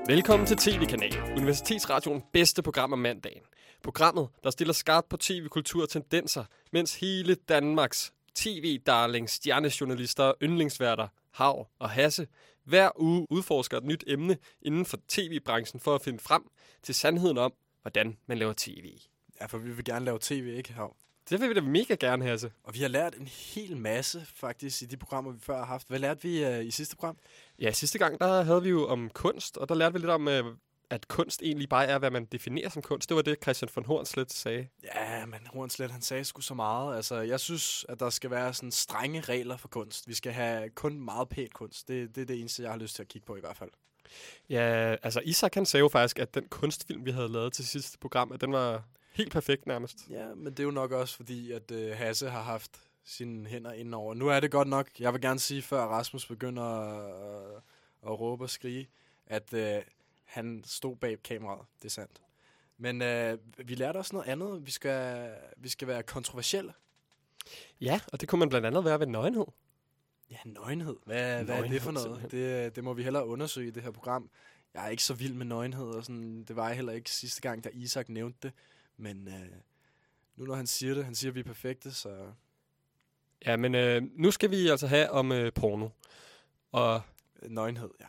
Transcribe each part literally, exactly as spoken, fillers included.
Velkommen til T V-kanalen, Universitetsradioen bedste program om mandagen. Programmet, der stiller skarpt på tv-kultur og tendenser, mens hele Danmarks tv-darling, stjernejournalister, yndlingsværter, Hav og Hasse hver uge udforsker et nyt emne inden for tv-branchen for at finde frem til sandheden om, hvordan man laver tv. Ja, for vi vil gerne lave tv, ikke, Hav? Det vil vi da mega gerne, Hasse. Og vi har lært en hel masse, faktisk, i de programmer, vi før har haft. Hvad lærte vi uh, i sidste program? Ja, sidste gang, der havde vi jo om kunst, og der lærte vi lidt om, uh, at kunst egentlig bare er, hvad man definerer som kunst. Det var det, Christian von Hornslet sagde. Ja, men Hornslet, han sagde sgu så meget. Altså, jeg synes, at der skal være sådan strenge regler for kunst. Vi skal have kun meget pænt kunst. Det, det er det eneste, jeg har lyst til at kigge på i hvert fald. Ja, altså Isak, han sagde jo faktisk, at den kunstfilm, vi havde lavet til sidste program, at den var helt perfekt nærmest. Ja, men det er jo nok også fordi, at uh, Hasse har haft sine hænder indenover. Nu er det godt nok. Jeg vil gerne sige, før Rasmus begynder at, at råbe og skrige, at uh, han stod bag kameraet. Det er sandt. Men uh, vi lærte også noget andet. Vi skal, vi skal være kontroversielle. Ja, og det kunne man blandt andet være ved nøgenhed. Ja, nøgenhed. Hvad, hvad er det for noget? Det, det må vi hellere undersøge i det her program. Jeg er ikke så vild med nøgenhed, og sådan, det var jeg heller ikke sidste gang, da Isak nævnte det. Men øh, nu når han siger det, han siger, at vi er perfekte, så... Ja, men øh, nu skal vi altså have om øh, porno. Og... Nøgenhed, ja.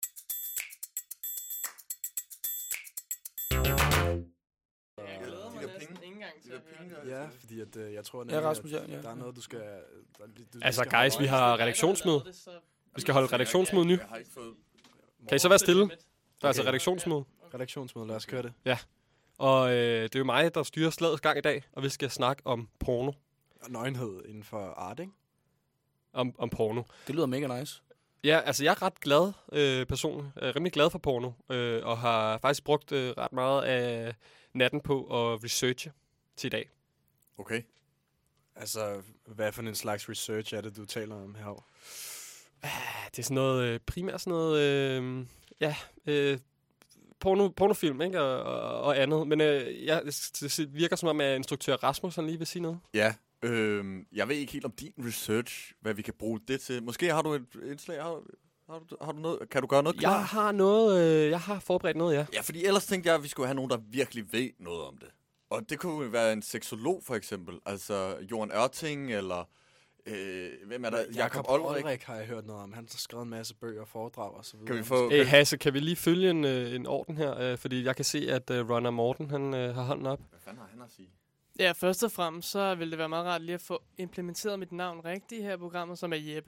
Ja, fordi at, øh, jeg tror, nemlig, ja, Rasmus, ja, ja. at der er noget, du skal... Der, du, altså, skal guys, vi har redaktionsmøde. Vi skal holde redaktionsmøde nu. Kan I så være stille? Der er okay. Altså redaktionsmøde. Redaktionsmøde, lad os køre det. Ja. Og øh, det er jo mig, der styrer slagets gang i dag, og vi skal snakke om porno. Og nøgenhed inden for art, ikke? Om, om porno. Det lyder mega nice. Ja, altså jeg er ret glad øh, person. Jeg er rimelig glad for porno, øh, og har faktisk brugt øh, ret meget af natten på at researche til i dag. Okay. Altså, hvad for en slags research er det, du taler om her? Ah, det er sådan noget, øh, primært sådan noget, øh, ja... Øh, Porno, pornofilm, ikke? Og, og, og andet. Men øh, ja, det virker som om, at instruktør Rasmus han lige vil sige noget. Ja, øh, jeg ved ikke helt om din research, hvad vi kan bruge det til. Måske har du et indslag, har, har, du, har du noget, kan du gøre noget klar? Jeg har noget, øh, jeg har forberedt noget, ja. Ja, fordi ellers tænkte jeg, at vi skulle have nogen, der virkelig ved noget om det. Og det kunne være en seksolog, for eksempel. Altså Jørgen Ørting, eller... Øh, hvem er der? Jakob Olrik har jeg hørt noget om. Han har skrevet en masse bøger og foredrag og så videre. Kan vi få... Æ, Hasse, kan vi lige følge en, øh, en orden her? Øh, fordi jeg kan se, at øh, Runner Morten, han øh, har hånden op. Hvad fanden har han at sige? Ja, først og fremmest, så vil det være meget rart lige at få implementeret mit navn rigtigt her i programmet, som er Jeppe.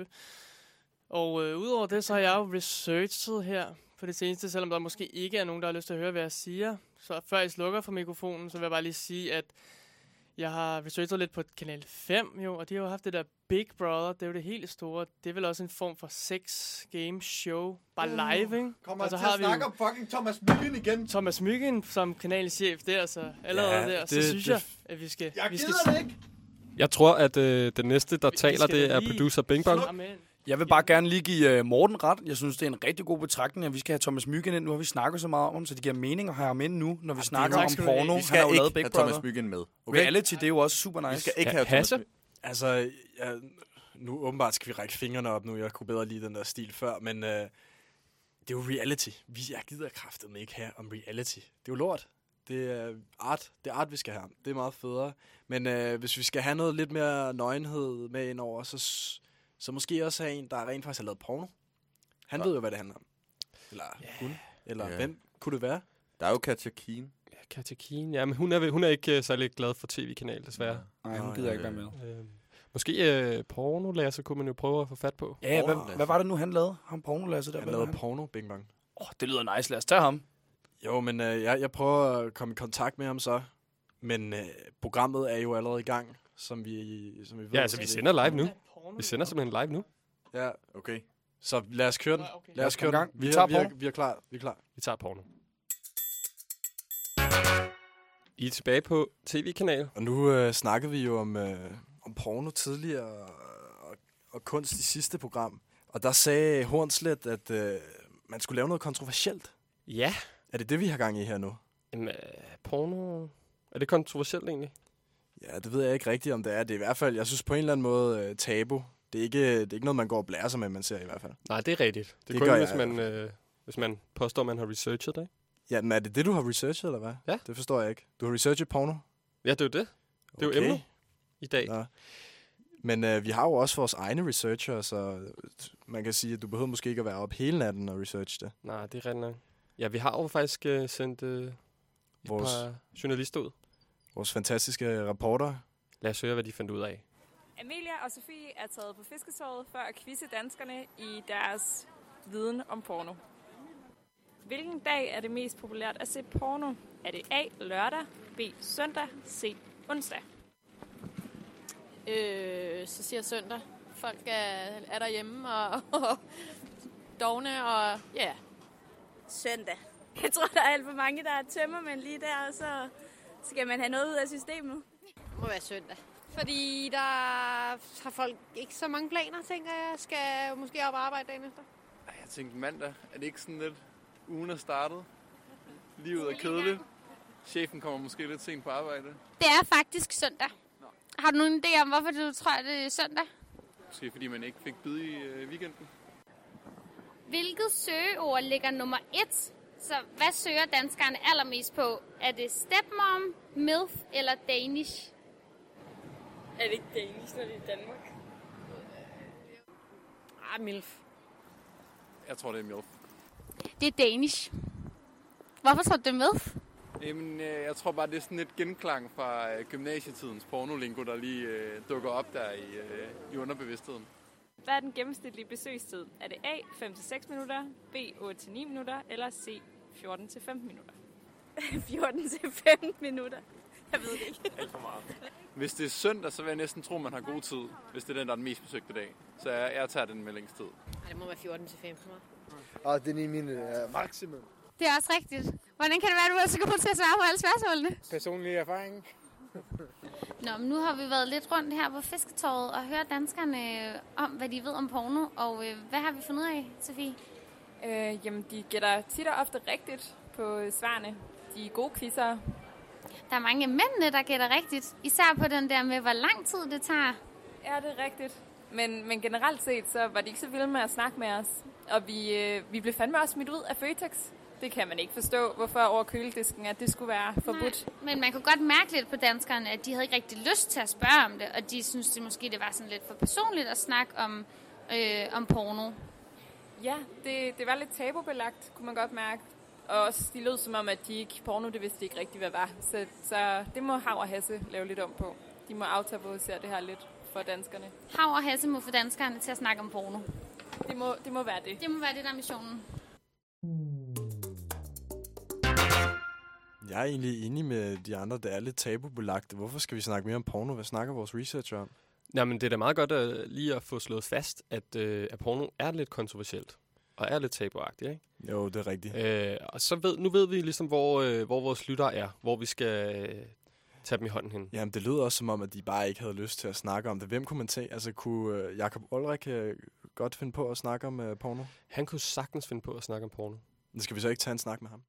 Og øh, udover det, så har jeg jo researchet her på det seneste, selvom der måske ikke er nogen, der har lyst til at høre, hvad jeg siger. Så før I slukker for mikrofonen, så vil jeg bare lige sige, at jeg har researchet lidt på Kanal fem, jo, og de har jo haft det der Big Brother, det er jo det helt store. Det er vel også en form for sex game show, bare live, ikke? Kommer og så til har at vi snakke om fucking Thomas Myggen igen. Thomas Myggen som kanalchef der, så allerede ja, der, det, så synes det, jeg, at vi skal... Jeg vi gider skal det ikke! Jeg tror, at øh, den næste, der Vi- vi taler, skal det da er lige- producer Bing Bong. Amen. Jeg vil bare gerne lige give uh, Morten ret. Jeg synes, det er en rigtig god betragtning, at vi skal have Thomas Myggen ind. Nu har vi snakket så meget om ham, så det giver mening at have ham ind nu, når vi Ja, snakker tak om skal du have. porno. Vi Han skal har jo ikke lavet Big have Brother. Thomas Myggen med. Okay? Reality, det er jo også super nice. Vi skal ikke Ja, have Thomas Hasse? Myggen. Altså, ja, nu åbenbart skal vi række fingrene op nu. Jeg kunne bedre lide den der stil før, men øh, det er jo reality. Vi, jeg gider kraftedeme ikke her om reality. Det er jo lort. Det er art. Det er art, vi skal have. Det er meget federe. Men øh, hvis vi skal have noget lidt mere nøgenhed med indover, så, så måske også have en, der rent faktisk har lavet porno. Han Ja. ved jo, hvad det handler om. Eller Ja. hun. Eller Ja. hvem kunne det være? Der er jo Katja Keen. Ja, Katja Keen. Ja, men hun er, hun er ikke uh, særlig glad for tv-kanal, desværre. Nej, hun Nå, gider ja, ikke være med. Øh, måske øh, porno-læser kunne man jo prøve at få fat på. Ja, hvad, Porno, hvad var det nu, han lavede? Ham pornolasset der. Han hvad lavede lavede porno, Bing Bang. Åh, oh, det lyder nice. Lad os tage ham. Jo, men øh, jeg, jeg prøver at komme i kontakt med ham så. Men øh, programmet er jo allerede i gang, som vi, som vi ved. Ja, altså, vi så sender live nu. Porno, Vi sender simpelthen live nu. Ja, Okay. så lad os køre den. Ja, okay. Lad os køre komme i den. gang. Vi Vi, tager er, vi, er, porno. vi er klar. Vi er klar. Vi tager porno. I er tilbage på tv-kanal. Og nu øh, snakkede vi jo om, øh, om porno tidligere og, og, og kunst i sidste program. Og der sagde Hornslet, at øh, man skulle lave noget kontroversielt. Ja. Er det det, vi har gang i her nu? Jamen, øh, porno... Er det kontroversielt egentlig? Ja, det ved jeg ikke rigtigt, om det er. Det er i hvert fald, jeg synes på en eller anden måde, øh, tabu. Det er, ikke, det er ikke noget, man går og blærer sig med, man ser i hvert fald. Nej, det er rigtigt. Det er Det kun, gør hvis jeg. man, øh, hvis man påstår, man har researchet det, ikke? Ja, men er det det, du har researchet, eller hvad? Ja. Det forstår jeg ikke. Du har researchet porno? Ja, det er jo det. Det er Okay. jo emnet i dag. Nå. Men øh, vi har jo også vores egne researcher, så man kan sige, at du behøver måske ikke at være op hele natten og researche det. Nej, det er rigtigt nok. Ja, vi har jo faktisk uh, sendt uh, et Vores, par journalister ud. vores fantastiske rapporter. Lad os høre, hvad de fandt ud af. Amelia og Sofie er taget på Fisketorvet for at quizze danskerne i deres viden om porno. Hvilken dag er det mest populært at se porno? Er det A. lørdag, B. søndag, C. onsdag? Øh, så siger jeg søndag. Folk er, er derhjemme og, og dogne og ja. Yeah. Søndag. Jeg tror, der er alt for mange, der er tømmermænd lige der, og så skal man have noget ud af systemet. Det må være søndag. Fordi der har folk ikke så mange planer, tænker jeg. Skal måske op og arbejde dagen efter. Jeg tænkte mandag. Er det ikke sådan lidt ugen er startet? Livet er kedeligt. Chefen kommer måske lidt sent på arbejde. Det er faktisk søndag. Nå. Har du nogen idé om, hvorfor du tror, at det er søndag? Måske fordi man ikke fik bid i øh, weekenden. Hvilket søgeord ligger nummer et? Så hvad søger danskerne allermest på? Er det stepmom, milf eller danish? Er det ikke danish, når det er i Danmark? Ah, milf. Jeg tror, det er milf. Det er danish. Hvorfor tror du, det er milf? Jamen, øh, jeg tror bare, det er sådan et genklang fra øh, gymnasietidens pornolingo, der lige øh, dukker op der i, øh, i underbevidstheden. Hvad er den gennemsnitlige besøgstid? Er det A. fem til seks minutter, B. otte til ni minutter eller C. fjorten til femten minutter? fjorten til femten minutter. Jeg ved det ikke. Alt for meget. Hvis det er søndag, så vil jeg næsten tro, man har god tid, hvis det er den, der er den mest besøgte dag. Så jeg, jeg tager den med længst tid. Ej, det må være fjorten til femten. Og det er min uh, maksimum. Det er også rigtigt. Hvordan kan det være, at du er så god til at svare på alle spørgsmålene? Personlig erfaring. Nå, men nu har vi været lidt rundt her på Fisketorvet og hørt danskerne øh, om, hvad de ved om porno. Og øh, hvad har vi fundet ud af, Sofie? Øh, jamen, de gætter tit og ofte rigtigt på svarene. De er gode quizzer. Der er mange af mændene, der gætter rigtigt. Især på den der med, hvor lang tid det tager. Ja, det er rigtigt. Men, men generelt set, så var de ikke så vilde med at snakke med os. Og vi, øh, vi blev fandme også smidt ud af Føtex. Det kan man ikke forstå, hvorfor over køledisken, at det skulle være forbudt. Nej, men man kunne godt mærke lidt på danskerne, at de havde ikke rigtig lyst til at spørge om det. Og de synes det måske, det var sådan lidt for personligt at snakke om, øh, om porno. Ja, det, det var lidt tabubelagt, kunne man godt mærke. Og også de lød som om, at de ikke porno, det vidste de ikke rigtigt, hvad var. Så, så det må Hav og Hasse lave lidt om på. De må aftabuisere det her lidt for danskerne. Hav og Hasse må få danskerne til at snakke om porno. Det må, det må være det. Det må være det, der er missionen. Jeg er egentlig enig med de andre, der er lidt tabubelagte. Hvorfor skal vi snakke mere om porno? Hvad snakker vores researcher om? Jamen, det er da meget godt uh, lige at få slået fast, at, uh, at porno er lidt kontroversielt. Og er lidt tabuagtigt, ikke? Jo, det er rigtigt. Uh, og så ved, nu ved vi ligesom, hvor, uh, hvor vores lyttere er. Hvor vi skal uh, tage dem i hånden hen. Jamen, det lyder også som om, at de bare ikke havde lyst til at snakke om det. Hvem kunne man tage? Altså, kunne uh, Jakob Olrik uh, godt finde på at snakke om uh, porno? Han kunne sagtens finde på at snakke om porno. Men skal vi så ikke tage en snak med ham?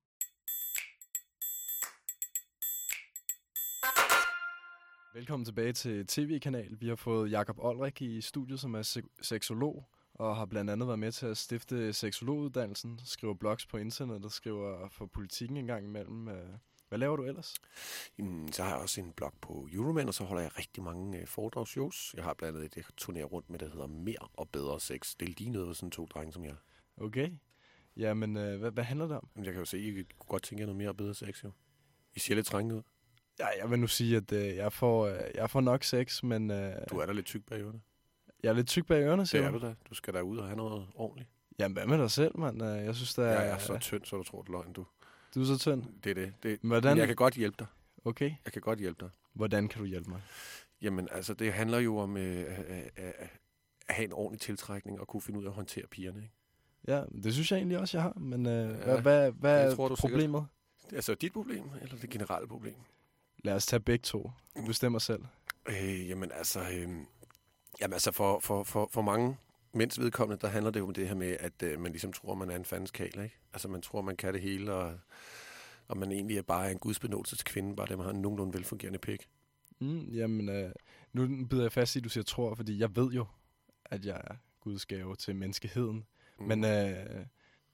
Velkommen tilbage til T V-kanal. Vi har fået Jakob Olrik i studiet, som er se- seksolog, og har blandt andet været med til at stifte seksologuddannelsen, skriver blogs på internettet, skriver for Politikken en gang imellem. Hvad laver du ellers? Jamen, så har jeg også en blog på Euroman, og så holder jeg rigtig mange øh, foredragsshows. Jeg har blandt andet et, jeg turnerer rundt med, der hedder Mere og Bedre Sex. Det er lige noget for sådan to drenge som jeg. Okay. Jamen, øh, hvad, hvad handler det om? Jamen, jeg kan jo se, at I kunne godt tænke jer noget mere og bedre sex, jo. I ser lidt trænge ud. Ja, jeg vil nu sige, at øh, jeg, får, øh, jeg får nok sex, men... Øh, du er da lidt tyk bag ørerne. Jeg er lidt tyk bag ørerne, siger du? Det er du da. Du skal da ud og have noget ordentligt. Jamen, hvad med dig selv, mand? Jeg synes, der er... Jeg er så tynd, så du tror, det er løgn, du. Du er så tynd? Det er det. det. Hvordan? Men jeg kan godt hjælpe dig. Okay. Jeg kan godt hjælpe dig. Hvordan kan du hjælpe mig? Jamen, altså, det handler jo om øh, øh, øh, at have en ordentlig tiltrækning og kunne finde ud af at håndtere pigerne, ikke? Ja, det synes jeg egentlig også, jeg har. Men øh, ja, hvad, hvad, hvad er tror, problemet? Sikkert, altså, dit problem, eller det generelle problem? Lad os tage begge to. Du bestemmer selv. Øh, jamen, altså, øh, jamen, altså for, for, for, for mange mænds vedkommende, der handler det jo om det her med, at øh, man ligesom tror, man er en fandens kæl, ikke? Altså, man tror, man kan det hele, og, og man egentlig er bare en gudsbenådelse til kvinden, bare det, man har en nogenlunde velfungerende pik. Mm, jamen, øh, nu bider jeg fast i, at du siger tror, fordi jeg ved jo, at jeg er Guds gave til menneskeheden. Mm. Men øh,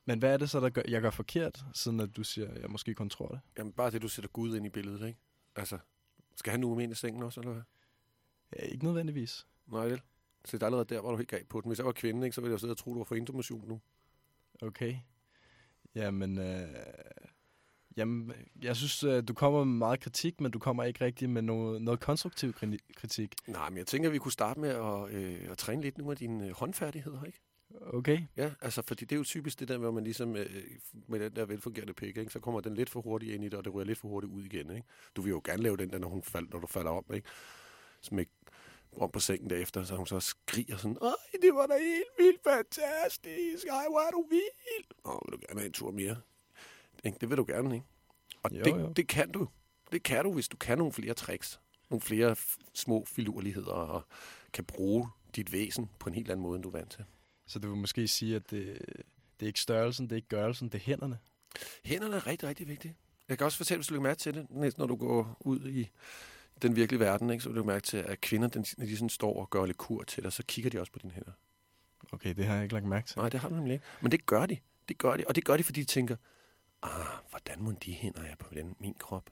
Men hvad er det så, der gør, jeg gør forkert, siden at du siger, at jeg måske kun tror det? Jamen, bare det, du sætter Gud ind i billedet, ikke? Altså, skal han nu med ind i sengen også, eller hvad? Ja, ikke nødvendigvis. Nej, vel? Så det er allerede der, hvor du helt galt på den. Hvis jeg var kvinde, ikke, så ville jeg sidde og tro, du var for information nu. Okay. Jamen, øh, jamen, jeg synes, øh, du kommer med meget kritik, men du kommer ikke rigtig med noget, noget konstruktiv kritik. Nej, men jeg tænker, at vi kunne starte med at, øh, at træne lidt nogle af dine øh, håndfærdigheder, ikke? Okay. Ja, altså, fordi det er jo typisk det der, hvor man ligesom øh, med den der velfungerende pik, ikke? Så kommer den lidt for hurtigt ind i det, og det ryger lidt for hurtigt ud igen, ikke? Du vil jo gerne lave den der, når, hun fald, når du falder om, ikke? Smæk om på sengen derefter, så hun så skriger sådan, ej, det var da helt vildt fantastisk, ej, hvor er du vild. Åh, vil du gerne have en tur mere? Det vil du gerne, ikke? Og jo, det, jo. det kan du. Det kan du, hvis du kan nogle flere tricks, nogle flere f- små filurligheder, og kan bruge dit væsen på en helt anden måde, end du er vant til. Så du vil måske sige, at det, det er ikke størrelsen, det er ikke gørelsen, det er hænderne? Hænderne er rigtig, rigtig vigtige. Jeg kan også fortælle, hvis du lægger mærke til det, når du går ud i den virkelige verden, ikke, så vil du mærke til, at kvinder, når de sådan står og gør lidt kur til dig, så kigger de også på dine hænder. Okay, det har jeg ikke lagt mærke til. Nej, det har du nemlig ikke. Men det gør de. Det gør de. Og det gør de, fordi de tænker, ah, hvordan må de hænder er på den, min krop?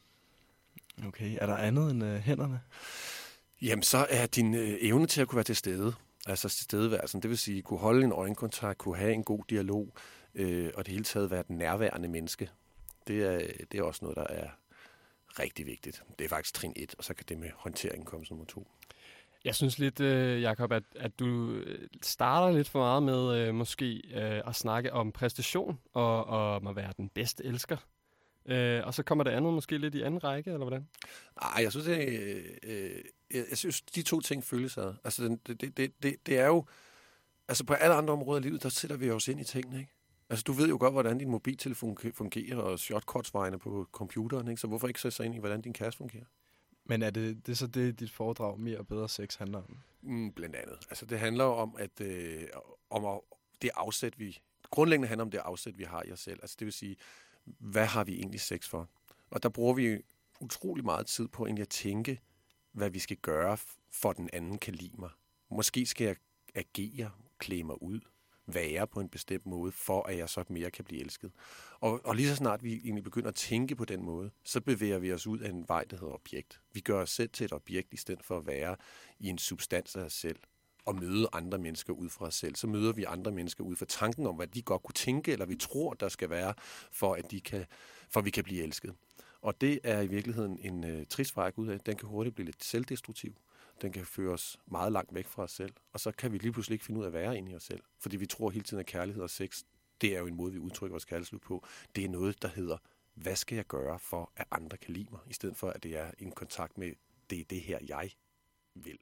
Okay, er der andet end øh, hænderne? Jamen, så er din øh, evne til at kunne være til stede, altså tilstedeværelsen, det vil sige, kunne holde en øjenkontakt, kunne have en god dialog, øh, og det hele taget være et nærværende menneske. Det er, det er også noget, der er rigtig vigtigt. Det er faktisk trin et, og så kan det med håndteringen komme som nummer to. Jeg synes lidt, øh, Jacob, at, at du starter lidt for meget med øh, måske øh, at snakke om præstation og, og om at være den bedste elsker. Øh, og så kommer det andet måske lidt i anden række, eller hvordan? Nej, jeg synes, det, øh, øh, jeg, jeg synes, de to ting følges ad. Altså, det, det, det, det, det er jo... Altså, på alle andre områder af livet, der sætter vi os ind i tingene, ikke? Altså, du ved jo godt, hvordan din mobiltelefon fungerer, og shortcuts-vejene på computeren, ikke? Så hvorfor ikke sætte sig ind i, hvordan din kasse fungerer? Men er det, det er så det, dit foredrag mere og bedre sex handler om? Mm, blandt andet. Altså, det handler jo om, at, øh, om at, det afsæt, vi... Grundlæggende handler om det afsæt, vi har i os selv. Altså, det vil sige, hvad har vi egentlig sex for? Og der bruger vi utrolig meget tid på egentlig at tænke, hvad vi skal gøre, for den anden kan lide mig. Måske skal jeg agere, klæde mig ud, være på en bestemt måde, for at jeg så mere kan blive elsket. Og, og lige så snart vi egentlig begynder at tænke på den måde, så bevæger vi os ud af en vej, der hedder objekt. Vi gør os selv til et objekt, i stedet for at være i en substans af os selv, og møde andre mennesker ud fra os selv. Så møder vi andre mennesker ud fra tanken om, hvad de godt kunne tænke, eller vi tror, der skal være, for at, de kan, for at vi kan blive elsket. Og det er i virkeligheden en øh, trist vej ud af. Den kan hurtigt blive lidt selvdestruktiv. Den kan føre os meget langt væk fra os selv. Og så kan vi lige pludselig ikke finde ud af at være inde i os selv. Fordi vi tror hele tiden, at kærlighed og sex, det er jo en måde, vi udtrykker vores kærlighed på. Det er noget, der hedder, hvad skal jeg gøre, for at andre kan lide mig? I stedet for, at det er en kontakt med, det er det her, jeg vil.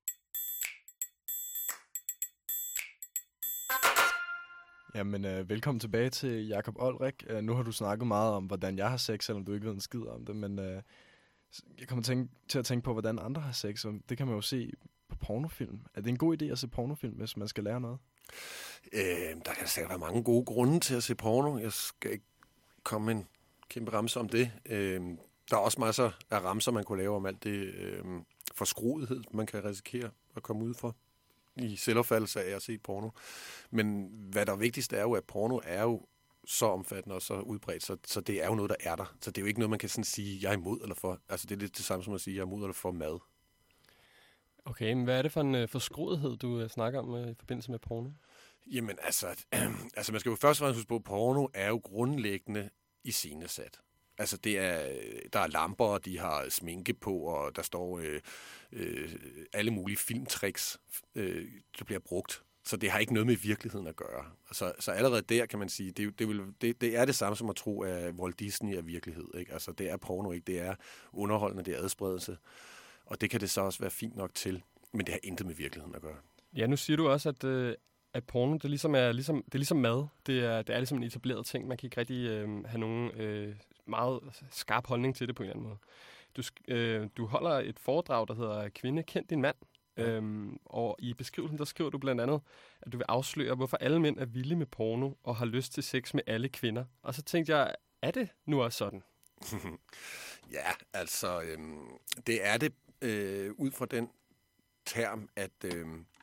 Jamen, øh, velkommen tilbage til Jacob Olrik. Uh, nu har du snakket meget om, hvordan jeg har sex, selvom du ikke ved en skid om det, men øh, jeg kommer tænke, til at tænke på, hvordan andre har sex, og det kan man jo se på pornofilm. Er det en god idé at se pornofilm, hvis man skal lære noget? Øh, der kan sikkert være mange gode grunde til at se porno. Jeg skal ikke komme med en kæmpe ramse om det. Øh, der er også masser af ramser, man kunne lave om alt det øh, forskruethed, man kan risikere at komme ud for i selvopfattelse af at se porno. Men hvad der er vigtigst er jo, at porno er jo så omfattende og så udbredt, så, så det er jo noget, der er der. Så det er jo ikke noget, man kan sådan sige, jeg er imod eller for. Altså det er lidt det samme som at sige, jeg er imod eller for mad. Okay, men hvad er det for en uh, forskruethed, du uh, snakker om uh, i forbindelse med porno? Jamen altså, øh, altså man skal jo først og fremmest huske på, at porno er jo grundlæggende iscenesat. Altså, det er, der er lamper, og de har sminke på, og der står øh, øh, alle mulige filmtricks, øh, der bliver brugt. Så det har ikke noget med virkeligheden at gøre. Altså, så allerede der kan man sige, det, det, vil, det, det er det samme som at tro, at Walt Disney er virkelighed. Ikke? Altså, det er porno, ikke? Det er underholdende, det er adspredelse. Og det kan det så også være fint nok til, men det har intet med virkeligheden at gøre. Ja, nu siger du også, at... Øh at porno, det ligesom er ligesom det er ligesom mad. Det er det er ligesom en etableret ting. Man kan ikke rigtig øh, have nogen øh, meget skarp holdning til det på en eller anden måde. Du øh, du holder et foredrag, der hedder Kvinde, kend din mand. Ja. Øhm, og i beskrivelsen der skriver du blandt andet, at du vil afsløre, hvorfor alle mænd er vilde med porno og har lyst til sex med alle kvinder. Og så tænkte jeg, er det nu også sådan? Ja, altså øh, det er det øh, ud fra den term, at øh,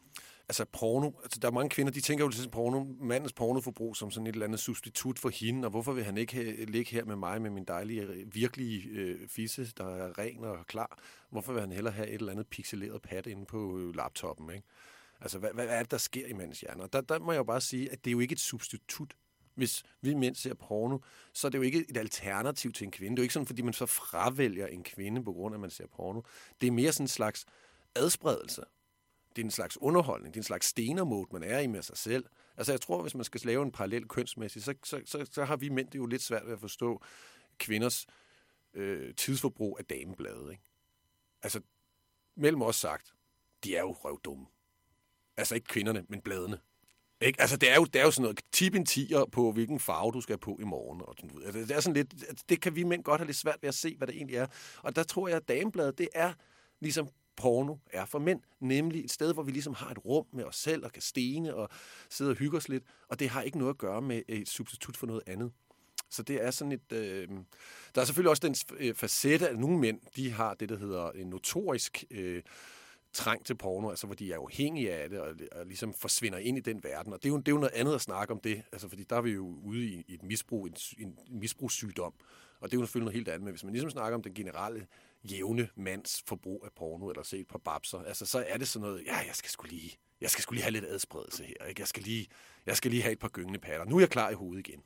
altså porno, altså der er mange kvinder, de tænker jo til porno, mandens pornoforbrug som sådan et eller andet substitut for hende, og hvorfor vil han ikke have, ligge her med mig, med min dejlige, virkelige øh, fisse, der er ren og klar? Hvorfor vil han hellere have et eller andet pixeleret pad inde på øh, laptoppen, ikke? Altså, hvad, hvad er det, der sker i mandens hjerne? Og der, der må jeg jo bare sige, at det er jo ikke et substitut. Hvis vi mænd ser porno, så er det jo ikke et alternativ til en kvinde. Det er jo ikke sådan, fordi man så fravælger en kvinde på grund af, at man ser porno. Det er mere sådan en slags adspredelse. Det er en slags underholdning. Det er en slags stenermode, man er i med sig selv. Altså, jeg tror, hvis man skal lave en parallel kønsmæssigt, så, så, så, så har vi mænd det jo lidt svært ved at forstå kvinders øh, tidsforbrug af damebladet, ikke? Altså, mellem os sagt, de er jo røvdumme. Altså ikke kvinderne, men bladene. Ikke? Altså det er, jo, det er jo sådan noget tip en tier på, hvilken farve du skal på i morgen. Og sådan, altså, det er sådan lidt, det kan vi mænd godt have lidt svært ved at se, hvad det egentlig er. Og der tror jeg, at damebladet, det er ligesom porno er for mænd. Nemlig et sted, hvor vi ligesom har et rum med os selv og kan stene og sidde og hygge os lidt. Og det har ikke noget at gøre med et substitut for noget andet. Så det er sådan et... Øh, der er selvfølgelig også den øh, facette, at nogle mænd, de har det, der hedder en notorisk... Øh, trang til porno, altså hvor de er afhængige af det, og, og ligesom forsvinder ind i den verden. Og det er, jo, det er jo noget andet at snakke om det, altså fordi der er vi jo ude i, i et misbrug, en, en misbrugssygdom. Og det er jo selvfølgelig noget helt andet, men hvis man ligesom snakker om den generelle jævne mands forbrug af porno, eller se et par babser, altså så er det sådan noget, ja, jeg skal sgu lige, jeg skal sgu lige have lidt adspredelse her, ikke? Jeg skal lige, jeg skal lige have et par gyngende patter. Nu er jeg klar i hovedet igen.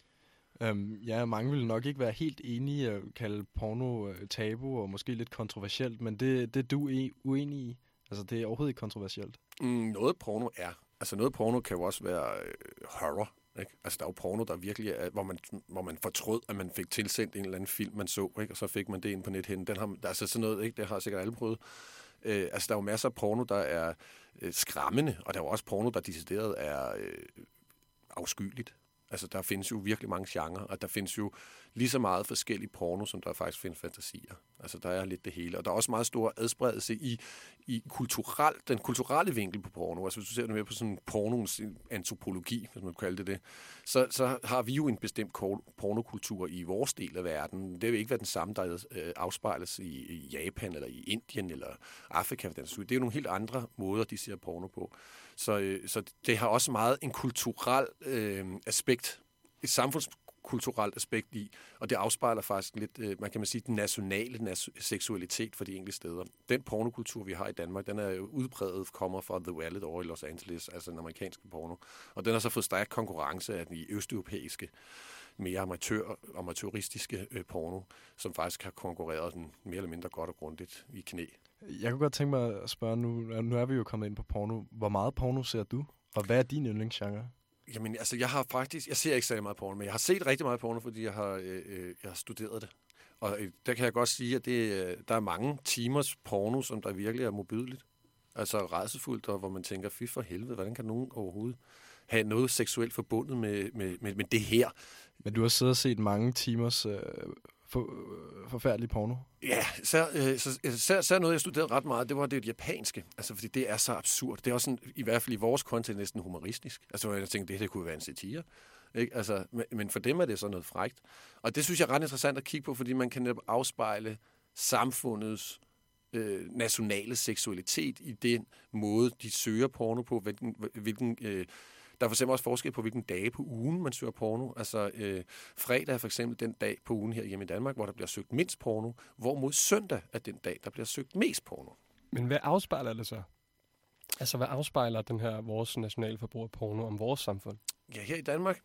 Um, ja, mange vil nok ikke være helt enige at kalde porno uh, tabu og måske lidt kontroversielt, men det, det er du e- uenig i? Altså, det er overhovedet ikke kontroversielt? Mm, noget porno er. Altså, noget porno kan jo også være øh, horror, ikke? Altså, der er jo porno, der virkelig er, hvor man, hvor man fortrød, at man fik tilsendt en eller anden film, man så, ikke? Og så fik man det ind på nethen. Den har, der er altså sådan noget, ikke? Det har sikkert alle prøvet. Øh, altså, der er jo masser af porno, der er øh, skræmmende, og der er jo også porno, der decideret er øh, afskyeligt. Altså, der findes jo virkelig mange genrer, og der findes jo lige så meget forskellige porno, som der faktisk findes fantasier. Altså, der er lidt det hele. Og der er også meget stor adspredelse i, i kulturel, den kulturelle vinkel på porno. Altså, hvis du ser det med på sådan pornoens antropologi, hvis man kan kalde det det, så, så har vi jo en bestemt pornokultur i vores del af verden. Det vil ikke være den samme, der øh, afspejles i, i Japan, eller i Indien, eller Afrika. Det er jo nogle helt andre måder, de ser porno på. Så, øh, så det har også meget en kulturel øh, aspekt, et samfundskulturelt aspekt i, og det afspejler faktisk lidt, øh, man kan man sige, den nationale nas- seksualitet for de enkelte steder. Den pornokultur, vi har i Danmark, den er jo udbredet, kommer fra The Wallet over i Los Angeles, altså den amerikanske porno. Og den har så fået stærk konkurrence af de østeuropæiske, mere amatør, amatøristiske øh, porno, som faktisk har konkurreret den mere eller mindre godt og grundigt i knæ. Jeg kunne godt tænke mig at spørge nu, nu er vi jo kommet ind på porno. Hvor meget porno ser du? Og hvad er din yndlingsgenre? Jamen, altså, jeg har faktisk, jeg ser ikke særlig meget porno, men jeg har set rigtig meget porno, fordi jeg har, øh, jeg har studeret det. Og øh, der kan jeg godt sige, at det, øh, der er mange timers porno, som der virkelig er modbydeligt. Altså rædselsfuldt, og hvor man tænker, fy for helvede, hvordan kan nogen overhovedet have noget seksuelt forbundet med, med, med, med det her? Men du har siddet og set mange timers øh, for, øh, forfærdelig porno? Ja, så, øh, så, så, så noget, jeg studerede ret meget, det var det japanske. Altså, fordi det er så absurd. Det er også sådan, i hvert fald i vores kontekst næsten humoristisk. Altså, jeg tænkte, det her kunne være en satire. Ikke? Altså, men, men for dem er det så noget frækt. Og det synes jeg er ret interessant at kigge på, fordi man kan netop afspejle samfundets øh, nationale seksualitet i den måde, de søger porno på, hvilken... hvilken øh, Der er for eksempel også forskel på, hvilken dage på ugen man søger porno. Altså øh, fredag er for eksempel den dag på ugen her hjemme i Danmark, hvor der bliver søgt mindst porno, hvorimod søndag er den dag, der bliver søgt mest porno. Men hvad afspejler det så? Altså, hvad afspejler den her vores nationale forbrug af porno om vores samfund? Ja, her i Danmark,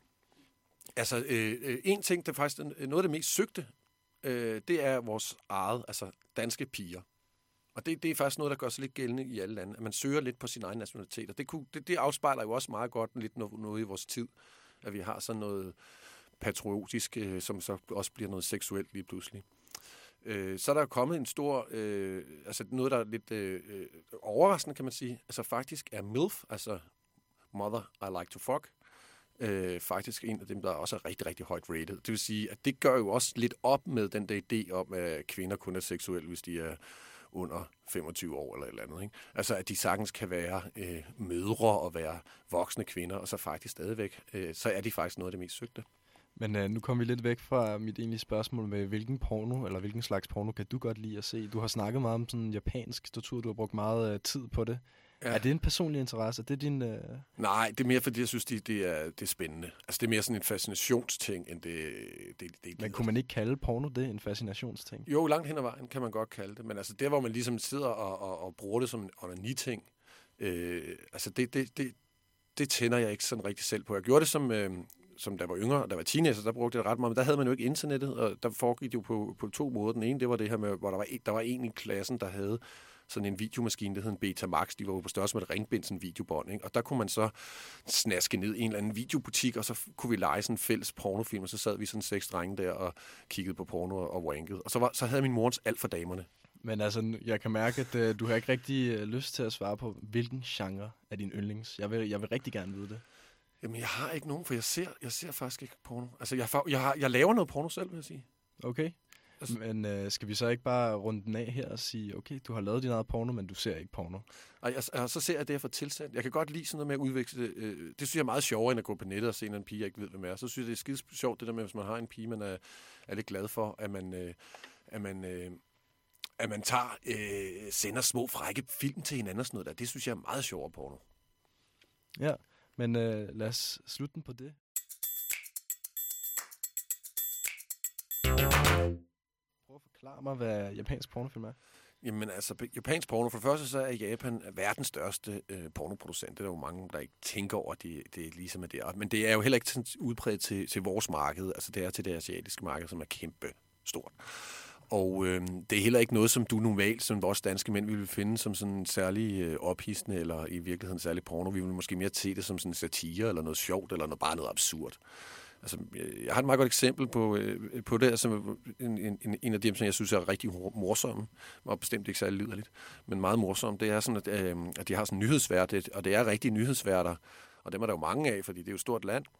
altså øh, en ting, der faktisk er noget af det mest søgte, øh, det er vores eget, altså danske piger. Og det, det er faktisk noget, der gør sig lidt gældende i alle lande, at man søger lidt på sin egen nationalitet. Og det, kunne, det, det afspejler jo også meget godt lidt noget, noget i vores tid, at vi har sådan noget patriotisk, øh, som så også bliver noget seksuelt lige pludselig. Øh, så er der kommet en stor, øh, altså noget, der er lidt øh, overraskende, kan man sige. Altså faktisk er MILF, altså Mother I Like to Fuck, øh, faktisk en af dem, der også er rigtig, rigtig højt rated. Det vil sige, at det gør jo også lidt op med den der idé om, at kvinder kun er seksuelle, hvis de er under femogtyve år eller et eller andet. Ikke? Altså, at de sagtens kan være øh, mødre og være voksne kvinder, og så faktisk stadigvæk, øh, så er de faktisk noget af det mest søgte. Men øh, nu kommer vi lidt væk fra mit egentlige spørgsmål med, hvilken porno, eller hvilken slags porno kan du godt lide at se? Du har snakket meget om sådan japansk struktur, du har brugt meget øh, tid på det. Ja. Er det en personlig interesse? Det er din... Øh... Nej, det er mere fordi, jeg synes, det, det, er, det er spændende. Altså, det er mere sådan en fascinationsting, end det... det, det men kunne man ikke kalde porno det, en fascinationsting? Jo, langt hen ad vejen kan man godt kalde det. Men altså, der hvor man ligesom sidder og, og, og bruger det som en onani-ting, øh, altså, det, det, det, det tænder jeg ikke sådan rigtig selv på. Jeg gjorde det som... Øh, som der var yngre, der var teenager, der brugte det ret meget, men der havde man jo ikke internettet, og der foregik det jo på, på to måder. Den ene, det var det her med, hvor der var, der var en i klassen, der havde sådan en videomaskine, der hed en Betamax, de var jo på størrelse med et ringbind, sådan en videobånd, ikke? Og der kunne man så snaske ned i en eller anden videobutik, og så kunne vi lege sådan en fælles pornofilm, og så sad vi sådan seks drenge der og kiggede på porno og wankede. Og så, var, så havde min morens alt for damerne. Men altså, jeg kan mærke, at uh, du har ikke rigtig uh, lyst til at svare på, hvilken genre er din yndlings. Jeg vil, jeg vil rigtig gerne vide det. Jamen, jeg har ikke nogen, for jeg ser, jeg ser faktisk ikke porno. Altså, jeg, jeg, har, jeg laver noget porno selv, vil jeg sige. Okay. Altså, men øh, skal vi så ikke bare runde den af her og sige, okay, du har lavet din eget porno, men du ser ikke porno? Og jeg, jeg, så ser jeg det, jeg får tilsendt. Jeg kan godt lide sådan noget med at udveksle det. Øh, det synes jeg er meget sjovere, end at gå på nettet og se en pige, jeg ikke ved, hvem er. Så synes jeg, det er skide sjovt, det der med, hvis man har en pige, man er, er lidt glad for, at man... Øh, at man øh, at man tager, øh, sender små frække film til hinanden og sådan noget der. Det synes jeg er meget sjovere porno. Ja. Men øh, lad os slutte den på det. Prøv at forklare mig, hvad japansk pornofilm er. Jamen altså, japansk porno, for det første så er Japan verdens største øh, pornoproducent. Det er der jo mange, der ikke tænker over, at det, det ligesom er der. Men det er jo heller ikke sådan udbredt til, til vores marked. Altså det er til det asiatiske marked, som er kæmpe stort. Og øh, det er heller ikke noget, som du normalt, som vores danske mænd, ville finde som sådan særlig øh, ophidsende, eller i virkeligheden særlig porno. Vi vil måske mere se det som sådan satire, eller noget sjovt, eller noget, bare noget absurd. Altså, jeg har et meget godt eksempel på, øh, på det, altså en, en, en af dem, som jeg synes er rigtig morsomme, og bestemt ikke særlig liderligt, men meget morsomt. Det er sådan, at, øh, at de har sådan en nyhedsvært, og det er rigtige nyhedsværter, og dem er der jo mange af, fordi det er jo et stort land.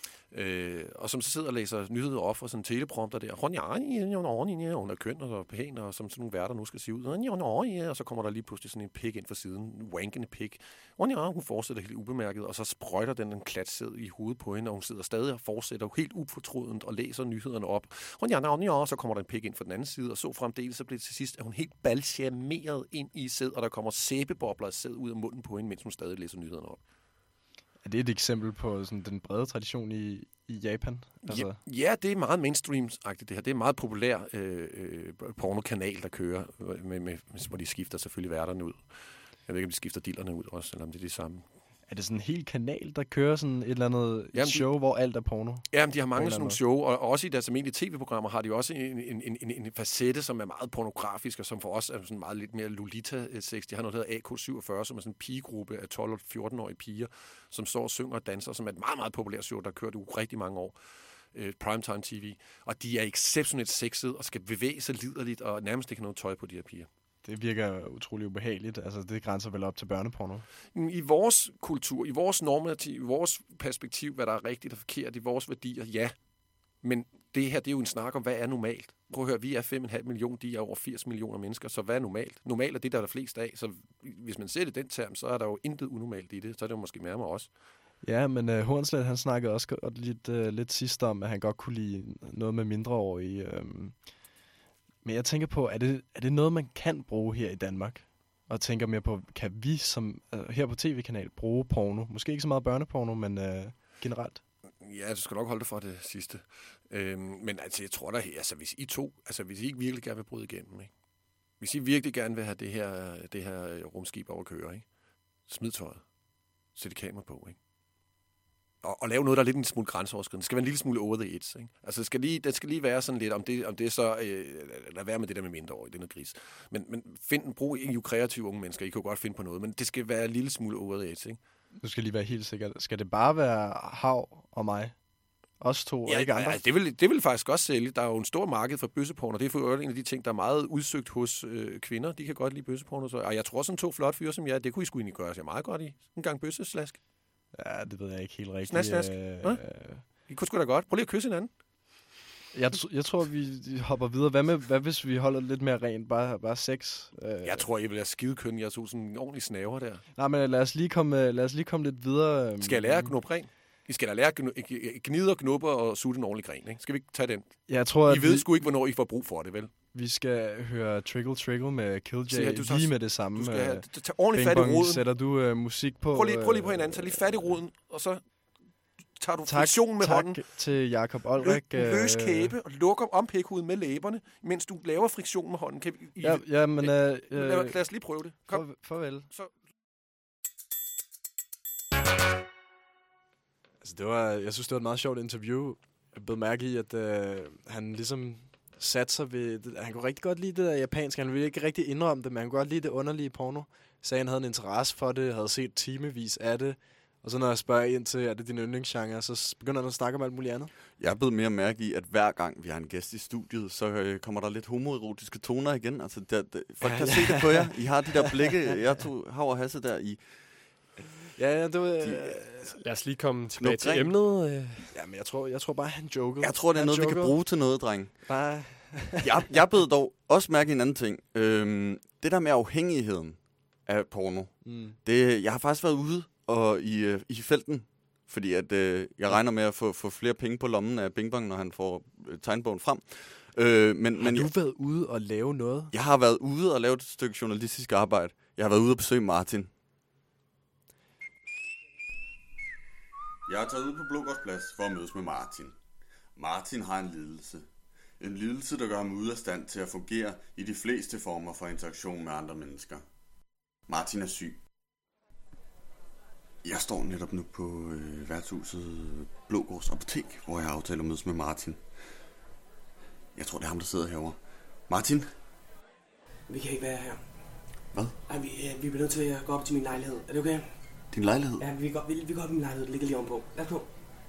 Øh, og som så sidder og læser nyheder op fra sådan en teleprompter der. Hun er køn og pæn, og som sådan nogle værter nu skal se ud. Og så kommer der lige pludselig sådan en pik ind fra siden. Wankende pik. Hun fortsætter helt ubemærket, og så sprøjter den en klatsæd i hovedet på hende, og hun sidder stadig og fortsætter helt ufortrødent og læser nyhederne op. Og så kommer der en pik ind fra den anden side, og så fremdeles så bliver det til sidst, at hun helt balsameret ind i sæd, og der kommer sæbebobler af sæd ud af munden på hende, mens hun stadig læser nyhederne op. Er det et eksempel på sådan den brede tradition i, i Japan? Altså... Ja, ja, det er meget mainstream-agtigt det her. Det er en meget populær øh, øh, pornokanal, der kører, med, med, hvor de skifter selvfølgelig værterne ud. Jeg ved ikke, om de skifter dillerne ud også, eller om det er det samme. Er det sådan en hel kanal, der kører sådan et eller andet jamen, show, de, hvor alt er porno? Jamen, de har mange sådan nogle show, og også i deres almindelige tv-programmer har de også en, en, en, en, en facette, som er meget pornografisk, og som for os er sådan meget lidt mere Lolita-sex. De har noget, der hedder A K syvogfyrre, som er sådan en pigegruppe af tolv- og fjorten-årige piger, som står og synger og danser, som er et meget, meget populært show, der har kørt i rigtig mange år. Øh, primetime T V. Og de er exceptionelt sexede og skal bevæge sig liderligt, og nærmest ikke noget tøj på de her piger. Det virker utrolig ubehageligt. Altså, det grænser vel op til børneporno? I vores kultur, i vores normativ, i vores perspektiv, hvad der er rigtigt og forkert, i vores værdier, ja. Men det her, det er jo en snak om, hvad er normalt? Prøv at høre, vi er fem komma fem millioner, de er over firs millioner mennesker, så hvad er normalt? Normalt er det, der er der flest af, så hvis man ser det i den term, så er der jo intet unormalt i det, så er det jo måske nærmere os. Ja, men uh, Hornslet, han snakkede også godt lidt, uh, lidt sidst om, at han godt kunne lide noget med mindreårige. Um Men jeg tænker på, er det, er det noget, man kan bruge her i Danmark? Og tænker mere på, kan vi som uh, her på tv-kanal bruge porno? Måske ikke så meget børneporno, men uh, generelt. Ja, du skal nok holde det for det sidste. Øhm, men altså, jeg tror da, altså hvis I to, altså hvis I ikke virkelig gerne vil bryde igennem, ikke? Hvis I virkelig gerne vil have det her, det her rumskib over at køre, ikke? Smid tøjet. Sæt kamera på, ikke? Og, og lave noget, der er lidt en smule grænseoverskridende. Det skal være en lille smule over the edge, ikke? Altså, det skal lige, det skal lige være sådan lidt, om det, om det er så... Øh, lad være med det der med mindreårige, det er noget gris. Men, men find, brug I jo kreative unge mennesker. I kan jo godt finde på noget, men det skal være en lille smule over the edge, ikke? Du skal lige være helt sikker. Skal det bare være Hav og mig? Os to, ja, og ikke andre? Ja, det vil, det vil faktisk også sælge. Der er jo en stor marked for bøsseporno, og det er for øvrigt en af de ting, der er meget udsøgt hos øh, kvinder. De kan godt lide bøsseporno. Så, og jeg tror, sådan to flot fyre som jeg, det kunne I sgu egentlig gøre sig meget godt i. En gang bøsseslask. Ja, det ved jeg ikke helt rigtigt. Snask, øh, I kunne sgu da godt. Prøv lige at kysse hinanden. Jeg, t- jeg tror, vi hopper videre. Hvad, med, hvad hvis vi holder lidt mere rent? Bare, bare sex? Øh. Jeg tror, I vil have skidekøn. Jeg tog sådan en ordentlig snaver der. Nej, men lad os lige komme, lad os lige komme lidt videre. Skal jeg lære at knuppe ren? I skal da lære at gnide og knuppe og sutte en ordentlig gren, ikke? Skal vi ikke tage den? Jeg tror, I ved vi... sgu ikke, hvornår I får brug for det, vel? Vi skal høre Trickle Trickle med Killjoy Se her, du tager- lige med det samme. du skal have- øh, tage ordentligt Bing fat i Bong. roden. Sætter du øh, musik på? Prøv lige, prøv lige på øh, hinanden. Tag lige fat i roden, og så tager du Tak, friktion med tak hånden. til Jakob Lø, Olrik. løs øh, kæbe og lukker om pikhuden med læberne, mens du laver friktion med hånden. Kan vi, I, Ja, ja, men... Øh, øh, lad, lad os lige prøve det. Kom. For, farvel. Så. Altså, det var, jeg synes, det var et meget sjovt interview. Jeg blev mærke i, at øh, han ligesom satte sig ved... Det, han kunne rigtig godt lide det der japanske. Han ville ikke rigtig indrømme det, men han kunne godt lide det underlige porno. Sagde, han havde en interesse for det, havde set timevis af det. Og så når jeg spørger ind til, er det din yndlingsgenre, så begynder han at snakke om alt muligt andet. Jeg er blevet mere mærke i, at hver gang vi har en gæst i studiet, så øh, kommer der lidt homoerotiske toner igen. Altså, der, der, folk Ja, kan ja. se det på jer. I har de der blikke, jeg tog Hav og Hasse der i. Ja, ja, det var... De, lad os lige komme tilbage Noget til grin. emnet. Øh. Ja, men jeg tror, jeg tror bare, han jokede. Jeg tror, det er Han noget, vi kan jokede. bruge til noget, dreng. Nej. jeg, jeg blev dog også mærke i en anden ting. Øhm, det der med afhængigheden af porno. Mm. Det, jeg har faktisk været ude og i, øh, i felten, fordi at, øh, jeg regner med at få, få flere penge på lommen af Bing Bong, når han får øh, tegnbogen frem. Øh, men, Har men du jeg, været ude og lave noget? jeg har været ude og lavet et stykke journalistisk arbejde. Jeg har været ude og besøge Martin. Jeg er taget ud på Blågårdsplads for at mødes med Martin. Martin har en lidelse. En lidelse, der gør ham ude af stand til at fungere i de fleste former for interaktion med andre mennesker. Martin er syg. Jeg står netop nu på øh, værtshuset Blågårds Apotek, hvor jeg har aftalt at mødes med Martin. Jeg tror, det er ham, der sidder herovre. Martin? Vi kan ikke være her. Hvad? Ej, vi, øh, vi bliver nødt til at gå op til min lejlighed. Er det okay? Din lejlighed? Ja, vi går, vi, vi går op i min lejlighed. Det ligger lige ovenpå. Lad os gå.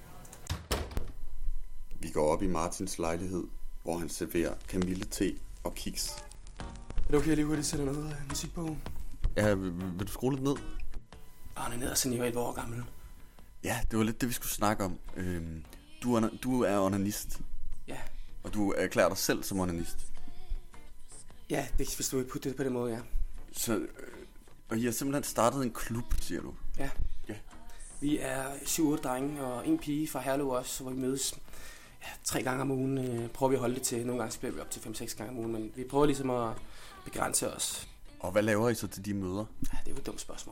Vi går op i Martins lejlighed, hvor han serverer kamillete og kiks. Er det okay, jeg lige hurtigt sætter noget øh, musik på? Ja, vil, vil du skrue lidt ned? Og han er nede og siden jeg var et år gammel. Ja, det var lidt det, vi skulle snakke om. Øhm, du, er, du er onanist. Ja. Og du erklærer dig selv som onanist. Ja, det, hvis du vil putte det på den måde, ja. Så, øh, og I har simpelthen startet en klub, siger du? Ja. Ja. Vi er syv otte drenge og en pige fra Herlev også, hvor vi mødes ja, tre gange om ugen. Øh, prøver vi at holde det til. Nogle gange så bliver vi op til fem seks gange om ugen, men vi prøver ligesom at begrænse os. Og hvad laver I så til de møder? Ja, det er jo et dumt spørgsmål.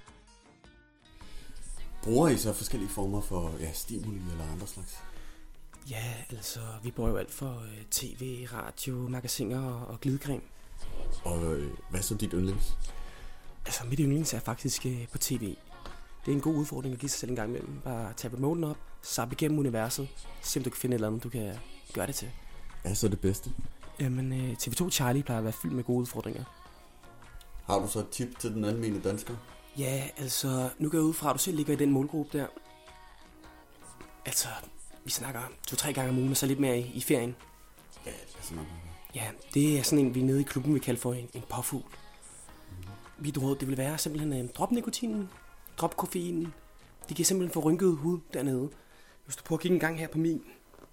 Bruger I så forskellige former for ja, stimuli eller andre slags? Ja, altså, vi bruger jo alt for øh, tv, radio, magasiner og, og glidecreme. Og øh, hvad er så dit yndlings? Altså, mit yndlings er faktisk øh, på tv. Det er en god udfordring at give sig selv en gang imellem. Bare tage remoten op, zappe igennem universet, se om du kan finde et eller andet, du kan gøre det til. Hvad er så det bedste? Jamen, øh, T V to Charlie plejer at være fyldt med gode udfordringer. Har du så et tip til den almindelige dansker? Ja, altså, nu går jeg ud fra, at du selv ligger i den målgruppe der. Altså, vi snakker to-tre gange om ugen, og så lidt mere i, i ferien. Ja, det er sådan noget. Ja, det er sådan en, vi nede i klubben, vi kalder for en, en påfugl. Mm. Mit råd, det vil være simpelthen en drop nikotinen, drop koffeinen. De kan simpelthen få rynket hud dernede. Hvis du prøver at kigge en gang her på min,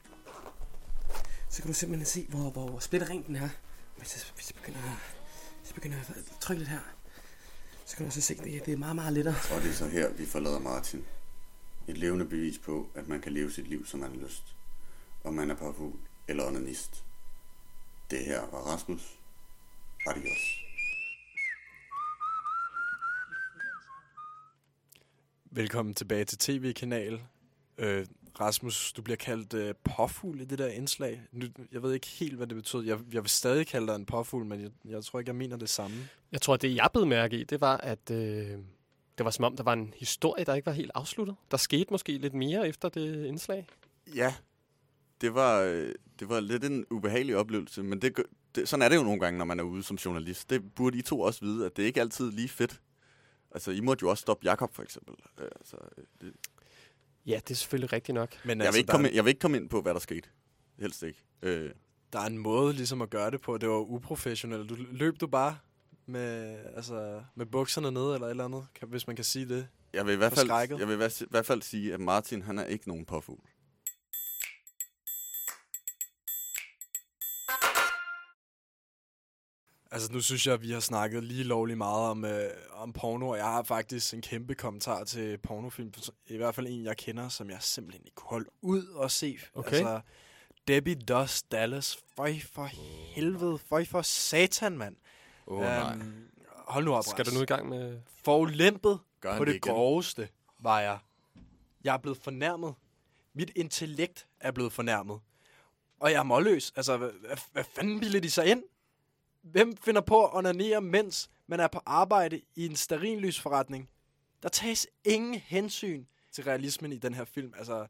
så kan du simpelthen se, hvor, hvor splitterren den er. Hvis jeg, hvis jeg begynder, hvis jeg begynder at trykke lidt her, så kan du også se, at det, det er meget, meget lettere. Og det er så her, vi forlader Martin. Et levende bevis på, at man kan leve sit liv, som man har lyst. Om man er påfugl eller onanist. Det her var Rasmus. Adios. Velkommen tilbage til tv-kanal. Øh, Rasmus, du bliver kaldt øh, påfugl i det der indslag. Nu, jeg ved ikke helt, hvad det betyder. Jeg, jeg vil stadig kalde dig en påfugl, men jeg, jeg tror ikke, jeg mener det samme. Jeg tror, det jeg blev mærke i, det var, at øh, det var som om, der var en historie, der ikke var helt afsluttet. Der skete måske lidt mere efter det indslag. Ja, det var, øh, det var lidt en ubehagelig oplevelse, men det, gør- det, sådan er det jo nogle gange, når man er ude som journalist. Det burde I to også vide, at det ikke altid er lige fedt. Altså, I måtte jo også stoppe Jakob, for eksempel. Øh, Altså, øh, det, Ja, det er selvfølgelig rigtigt nok. Men jeg, altså, vil ikke der, komme ind, jeg vil ikke komme ind på, hvad der skete. Helst ikke. Øh, der er en måde ligesom at gøre det på. Det var uprofessionelt. Du løb du bare med, altså, med bukserne nede eller et eller andet, kan, hvis man kan sige det. jeg vil i hvert fald, Forskrækket. jeg vil i hvert- i hvert fald sige, at Martin, han er ikke nogen påfugl. Altså, nu synes jeg, at vi har snakket lige lovligt meget om, øh, om porno, og jeg har faktisk en kæmpe kommentar til pornofilm. I hvert fald en, jeg kender, som jeg simpelthen ikke kunne holde ud og se. Okay. Altså, Debbie Does Dallas. Føj for helvede. Føj for satan, mand. Åh, oh, nej. Hold nu op, Skal du nu i gang med... Forulæmpet Gør på det det igen. groveste var jeg. Jeg er blevet fornærmet. Mit intellekt er blevet fornærmet. Og jeg er målløs. Altså, hvad, hvad, hvad fanden bilder de sig ind? Hvem finder på at onanere, mens man er på arbejde i en stearinlysforretning? Der tages ingen hensyn til realismen i den her film. Altså,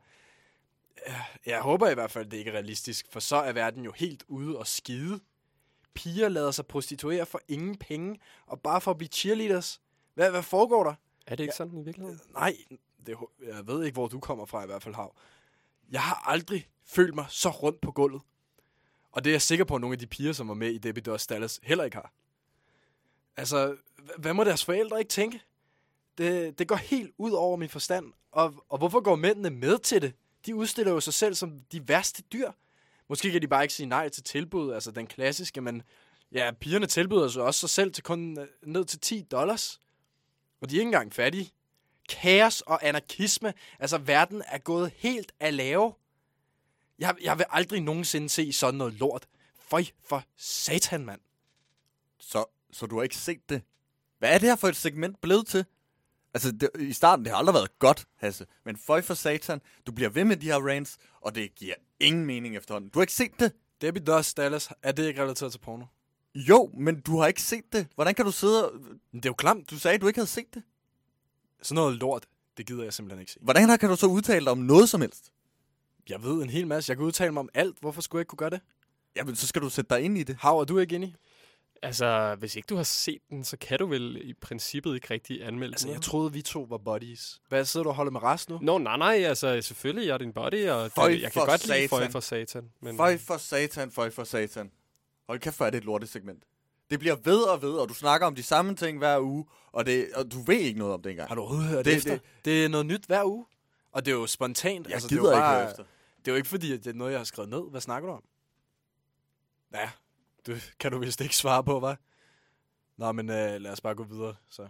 jeg håber i hvert fald, det ikke er realistisk, for så er verden jo helt ude og skide. Piger lader sig prostituere for ingen penge, og bare for at blive cheerleaders. Hvad, hvad foregår der? Er det ikke sådan i virkeligheden? Nej, det, jeg ved ikke, hvor du kommer fra i hvert fald, Hav. Jeg har aldrig følt mig så rundt på gulvet. Og det er jeg sikker på, at nogle af de piger, som var med i Debbie Does Dallas, heller ikke har. Altså, hvad må deres forældre ikke tænke? Det, det går helt ud over min forstand. Og, og hvorfor går mændene med til det? De udstiller jo sig selv som de værste dyr. Måske kan de bare ikke sige nej til tilbud, altså den klassiske, men ja, pigerne tilbyder sig også sig selv til kun ned til ti dollars. Og de er ikke engang fattige. Kaos og anarkisme, altså verden er gået helt af lave. Jeg, jeg vil aldrig nogensinde se sådan noget lort. Føj for satan, mand. Så, så du har ikke set det? Hvad er det her for et segment blevet til? Altså, det, i starten, det har aldrig været godt, Hasse. Men føj for satan, du bliver ved med de her rants, og det giver ingen mening efterhånden. Du har ikke set det? Debbie Does Dallas, er det ikke relateret til porno? Jo, men du har ikke set det. Hvordan kan du sidde og... Det er jo klamt. Du sagde, at du ikke havde set det. Sådan noget lort, det gider jeg simpelthen ikke se. Hvordan kan du så udtale dig om noget som helst? Jeg ved en hel masse. Jeg kan udtale mig om alt. Hvorfor skulle jeg ikke kunne gøre det? Jamen, så skal du sætte dig ind i det. Hav, er du ikke inde i? Altså, hvis ikke du har set den, så kan du vel i princippet ikke rigtig anmelde Altså, den. jeg troede, vi to var buddies. Hvad, sidder du og holder med resten nu? Nå, nej, nej, altså, selvfølgelig, jeg er din buddy, og Føj det, jeg kan for godt lide satan. føj for satan. Men... Føj for satan, føj for satan. Hold kæft, for er det et lortesegment. Det bliver ved og ved, og du snakker om de samme ting hver uge, og, det, og du ved ikke noget om det engang. Har du overhovedet hørt det, efter? Det, det er noget nyt hver uge. Og det er jo spontant. Jeg altså, gider det er jo ikke bare, høre efter. Det er jo ikke fordi, at det er noget, jeg har skrevet ned. Hvad snakker du om? Ja, det kan du vist ikke svare på, hva'? Nå, men øh, lad os bare gå videre, så.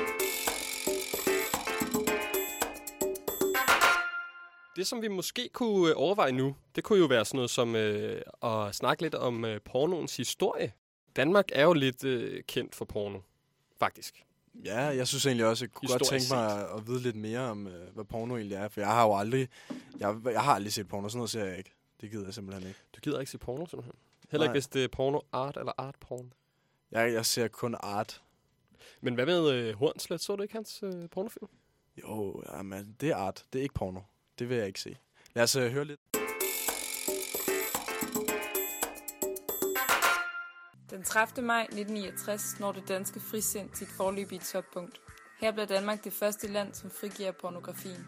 Det, som vi måske kunne øh, overveje nu, det kunne jo være sådan noget som øh, at snakke lidt om øh, pornoens historie. Danmark er jo lidt øh, kendt for porno, faktisk. Ja, jeg synes egentlig også, jeg kunne godt tænke mig at, at vide lidt mere om, øh, hvad porno egentlig er. For jeg har jo aldrig, jeg, jeg har aldrig set porno, sådan noget ser jeg ikke. Det gider jeg simpelthen ikke. Du gider ikke se porno, simpelthen? Heller Nej. ikke, hvis det er porno art eller art porn? Jeg, jeg ser kun art. Men hvad med øh, Hornslet? Så du ikke hans øh, pornofilm? Jo, jamen, det er art. Det er ikke porno. Det vil jeg ikke se. Lad os uh, høre lidt. Den tredivte maj nitten niogtres når det danske frisind sit forløbige toppunkt. Her bliver Danmark det første land, som frigiver pornografien.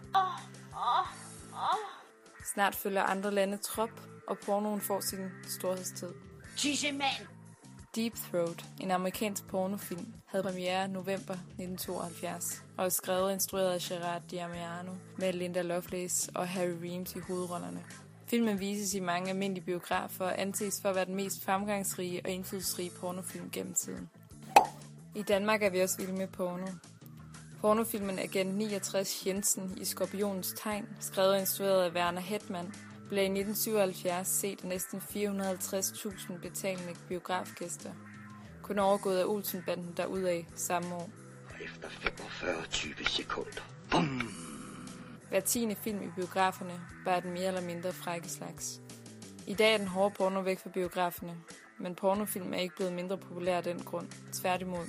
Snart følger andre lande trop, og pornoen får sin storhedstid. Tissemand! Deep Throat, en amerikansk pornofilm, havde premiere november nitten tooghalvfjerds og er skrevet og instrueret af Gerard Damiano med Linda Lovelace og Harry Reams i hovedrollerne. Filmen vises i mange almindelige biografer og anses for at være den mest fremgangsrige og indflydelsesrige pornofilm gennem tiden. I Danmark er vi også vilde med porno. Pornofilmen Agent niogtres Jensen i Skorpionens tegn, skrevet og instrueret af Werner Hetman, blev i nitten syvoghalvfjerds set af næsten fire hundrede og halvtreds tusind betalende biografgæster. Kun overgået af Olsenbanden derudad samme år. Efter femogfyrre til tyve sekunder. Bum! Hver tiende film i biograferne var den mere eller mindre frække slags. I dag er den hårde porno væk fra biograferne, men pornofilm er ikke blevet mindre populær af den grund. Tværtimod.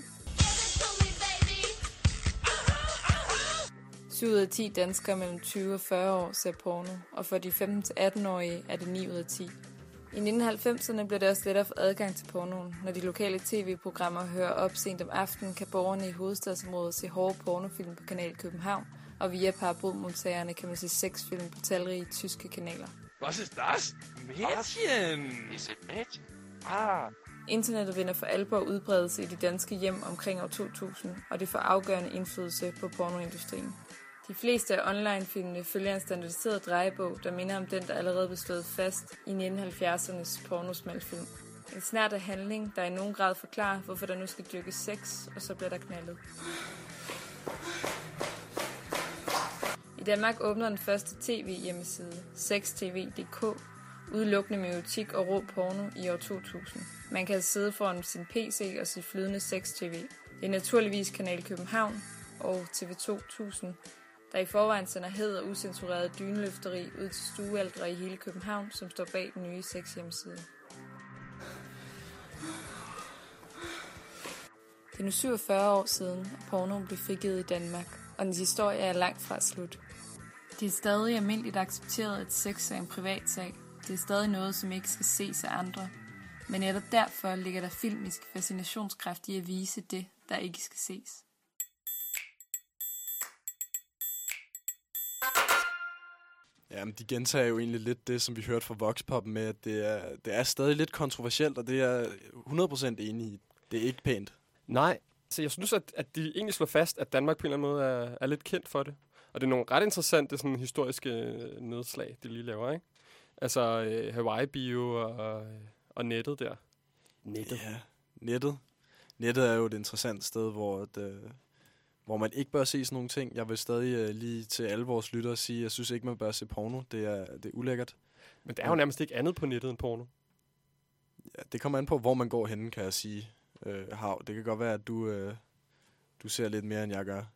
syv ud af ti danskere mellem tyve og fyrre år ser porno, og for de femten til atten-årige er det ni ud af ti. I nitten halvfemserne blev det også lettere at få adgang til pornoen. Når de lokale tv-programmer hører op sent om aftenen, kan borgerne i hovedstadsområdet se hårde pornofilm på Kanal København, og via parabolmodtagerne kan man se sexfilm på talrige tyske kanaler. Was ist das? Mädchen! Ist et Mädchen? Ah. Internettet vinder for alvor udbredelse i de danske hjem omkring år to tusind, og det får afgørende indflydelse på pornoindustrien. De fleste af online-filmene følger en standardiseret drejebog, der minder om den, der allerede blev slået fast i nitten halvfjerdsernes pornosmalfilm. En snert af handling, der i nogen grad forklarer, hvorfor der nu skal dyrkes sex, og så bliver der knaldet. I Danmark åbner den første tv-hjemmeside, sex t v punktum d k, udelukkende med erotik og rå porno i år to tusind. Man kan sidde foran sin P C og se flydende sex-tv. Det er naturligvis Kanal København og T V to tusind, der i forvejen sender hed og usensureret dyneløfteri ud til stuealdre i hele København, som står bag den nye sexhjemmeside. Det er nu syvogfyrre år siden, at pornoen blev frigivet i Danmark, og dens historie er langt fra slut. Det er stadig almindeligt accepteret, at sex er en privat sag. Det er stadig noget, som ikke skal ses af andre. Men netop derfor ligger der filmisk fascinationskraft i at vise det, der ikke skal ses. Jamen, de gentager jo egentlig lidt det, som vi hørte fra Voxpoppen med, at det er, det er stadig lidt kontroversielt, og det er hundrede procent enig i. Det er ikke pænt. Nej, så jeg synes, at, at de egentlig slår fast, at Danmark på en eller anden måde er, er lidt kendt for det. Og det er nogle ret interessante sådan, historiske nedslag, de lige laver, ikke? Altså øh, Hawaii-bio og, og nettet der. Nettet? Ja, nettet. Nettet er jo et interessant sted, hvor, et, øh, hvor man ikke bør se sådan nogle ting. Jeg vil stadig øh, lige til alle vores lyttere sige, at jeg synes ikke, man bør se porno. Det er, det er ulækkert. Men der er jo nærmest ikke andet på nettet end porno. Ja, det kommer an på, hvor man går henne, kan jeg sige. Øh, Hav, det kan godt være, at du, øh, du ser lidt mere, end jeg gør.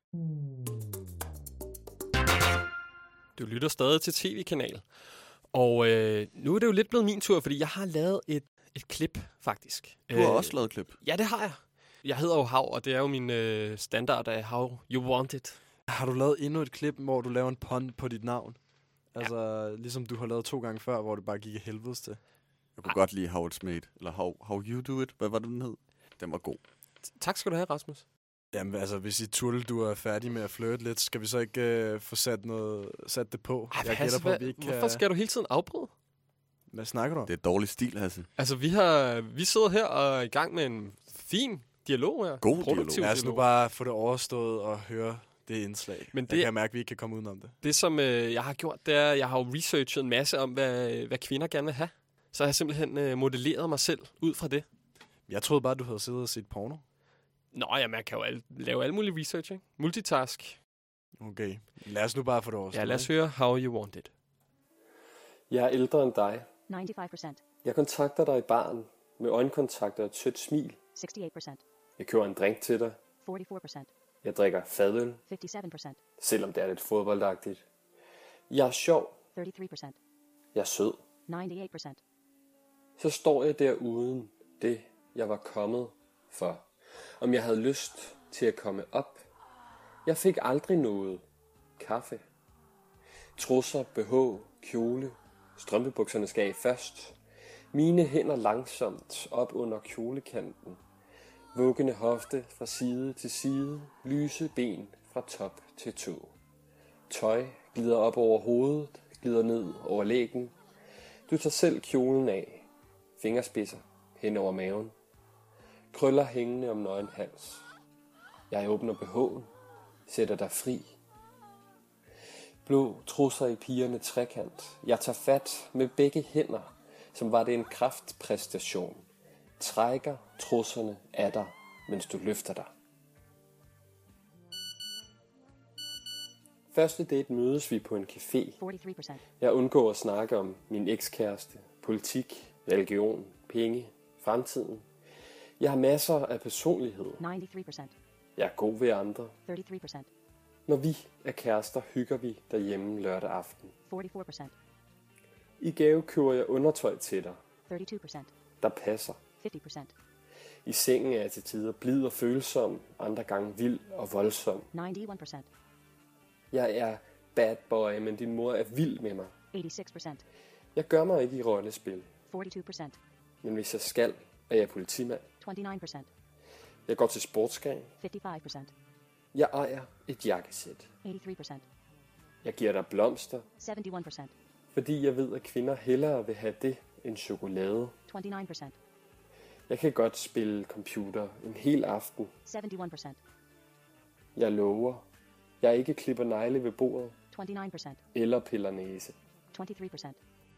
Du lytter stadig til T V-kanal. Og øh, nu er det jo lidt blevet min tur, fordi jeg har lavet et, et klip, faktisk. Du har øh, også lavet et klip? Ja, det har jeg. Jeg hedder jo Hav, og det er jo min øh, standard af How You Want It. Har du lavet endnu et klip, hvor du laver en pun på dit navn? Altså, ja. Ligesom du har lavet to gange før, hvor det bare gik i helvedes til. Jeg kunne Ej. godt lide How It's Made, eller How, How You Do It. Hvad var det, den hed? Den var god. Tak skal du have, Rasmus. Jamen altså, hvis I tulle, du er færdig med at flirte lidt, skal vi så ikke øh, få sat, noget, sat det på? Ej, jeg Hasse, gætter på, at vi ikke hvorfor kan... skal du hele tiden afbryde? Hvad snakker du om? Det er dårlig stil, Hasse. Altså, vi, har, vi sidder her og er i gang med en fin dialog her. God dialog. Lad os nu bare få det overstået og høre det indslag. Men det, jeg kan mærke, at vi ikke kan komme udenom det. Det, som øh, jeg har gjort, det er, jeg har jo researchet en masse om, hvad, hvad kvinder gerne vil have. Så har jeg simpelthen øh, modelleret mig selv ud fra det. Jeg troede bare, du havde siddet og set porno. Nå, ja, man kan jo al- lave alle mulige research, ikke? Multitask. Okay, lad os nu bare få det overstået. Ja, lad os høre How You Want It. Jeg er ældre end dig. ninety-five percent. Jeg kontakter dig i baren med øjenkontakt og et sødt smil. sixty-eight percent. Jeg køber en drink til dig. forty-four percent. Jeg drikker fadøl. fifty-seven percent. Selvom det er lidt fodboldagtigt. Jeg er sjov. thirty-three percent. Jeg er sød. ninety-eight percent. Så står jeg der uden det, jeg var kommet for. Om jeg havde lyst til at komme op. Jeg fik aldrig noget. Kaffe. Trusser, B H, kjole. Strømpebukserne skal af først. Mine hænder langsomt op under kjolekanten. Vuggende hofte fra side til side. Lyse ben fra top til tå. Tøj glider op over hovedet, glider ned over lægen. Du tager selv kjolen af. Fingerspidser hen over maven. Krøller hængende om nøgen hals. Jeg åbner B H'en, sætter dig fri. Blå trusser i pigerne trekant. Jeg tager fat med begge hænder, som var det en kraftpræstation. Trækker trusserne af dig, mens du løfter dig. Første date mødes vi på en café. forty-three percent. Jeg undgår at snakke om min ekskæreste, politik, religion, penge, fremtiden. Jeg har masser af personlighed. ninety-three percent. Jeg er god ved andre. thirty-three percent. Når vi er kærester, hygger vi derhjemme lørdag aften. forty-four percent. I gave køber jeg undertøj til dig, thirty-two percent. der passer. fifty percent. I sengen er jeg til tider blid og følsom, andre gange vild og voldsom. ninety-one percent. Jeg er bad boy, men din mor er vild med mig. eighty-six percent. Jeg gør mig ikke i rollespil, forty-two percent. men hvis jeg skal, er jeg politimand. twenty-nine percent. Jeg går til sportsgang. fifty-five percent. Jeg ejer et jakkesæt. eighty-three percent. Jeg giver dig blomster, seventy-one percent. fordi jeg ved, at kvinder hellere vil have det end chokolade. twenty-nine percent. Jeg kan godt spille computer en hel aften. seventy-one percent. Jeg lover. Jeg ikke klipper negle ved bordet. twenty-nine percent. Eller piller næse. twenty-three percent.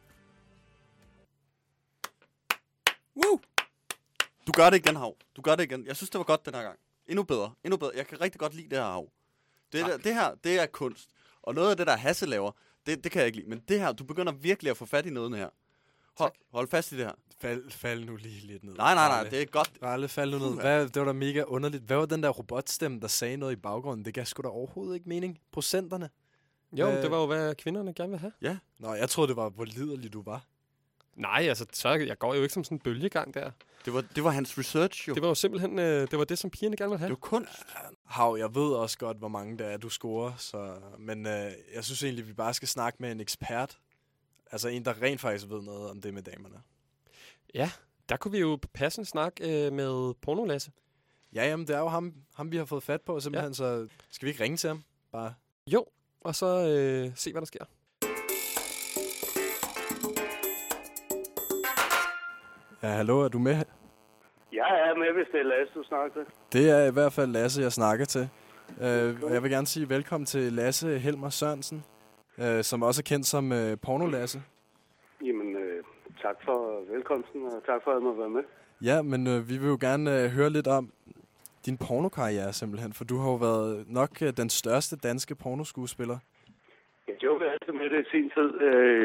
Woo! Du gør det igen, Hav. Du gør det igen. Jeg synes, det var godt den her gang. Endnu bedre. Endnu bedre. Jeg kan rigtig godt lide det her, Hav. Det, der, det her, det er kunst. Og noget af det, der Hasse laver, det, det kan jeg ikke lide. Men det her, du begynder virkelig at få fat i noget her. Hold, hold fast i det her. Fald, fald nu lige lidt ned. Nej, nej, nej, Ralle. det er godt. Ralle, fald nu ned. Hvad, det var da mega underligt. Hvad var den der robotstemme, der sagde noget i baggrunden? Det gav sgu da overhovedet ikke mening. Procenterne. Jo, øh, det var jo, hvad kvinderne gerne vil have. Ja. Nå, jeg troede, det var, hvor liderlig du var. Nej, altså, så jeg går jo ikke som sådan en bølgegang der. Det var, det var hans research, jo. Det var jo simpelthen, øh, det var det, som pigerne gerne ville have. Det var kunst. Hav, jeg ved også godt, hvor mange der er, du scorer, så... Men øh, jeg synes egentlig, vi bare skal snakke med en ekspert. Altså en, der rent faktisk ved noget om det med damerne. Ja, der kunne vi jo passende snakke øh, med Porno-Lasse. Ja, jamen, det er jo ham, ham vi har fået fat på, simpelthen, ja. Så skal vi ikke ringe til ham? Bare. Jo, og så øh, se, hvad der sker. Ja, hallo, er du med? Jeg er med, hvis det er Lasse, du snakker til. Det er i hvert fald Lasse, jeg snakker til. Uh, jeg vil gerne sige velkommen til Lasse Helmer Sørensen, uh, som også er kendt som uh, Porno-Lasse. Jamen, uh, tak for velkomsten, og tak for, at jeg må være med. Ja, men uh, vi vil jo gerne uh, høre lidt om din pornokarriere simpelthen, for du har jo været nok uh, den største danske pornoskuespiller. Jeg joker altid med det i sin tid, uh,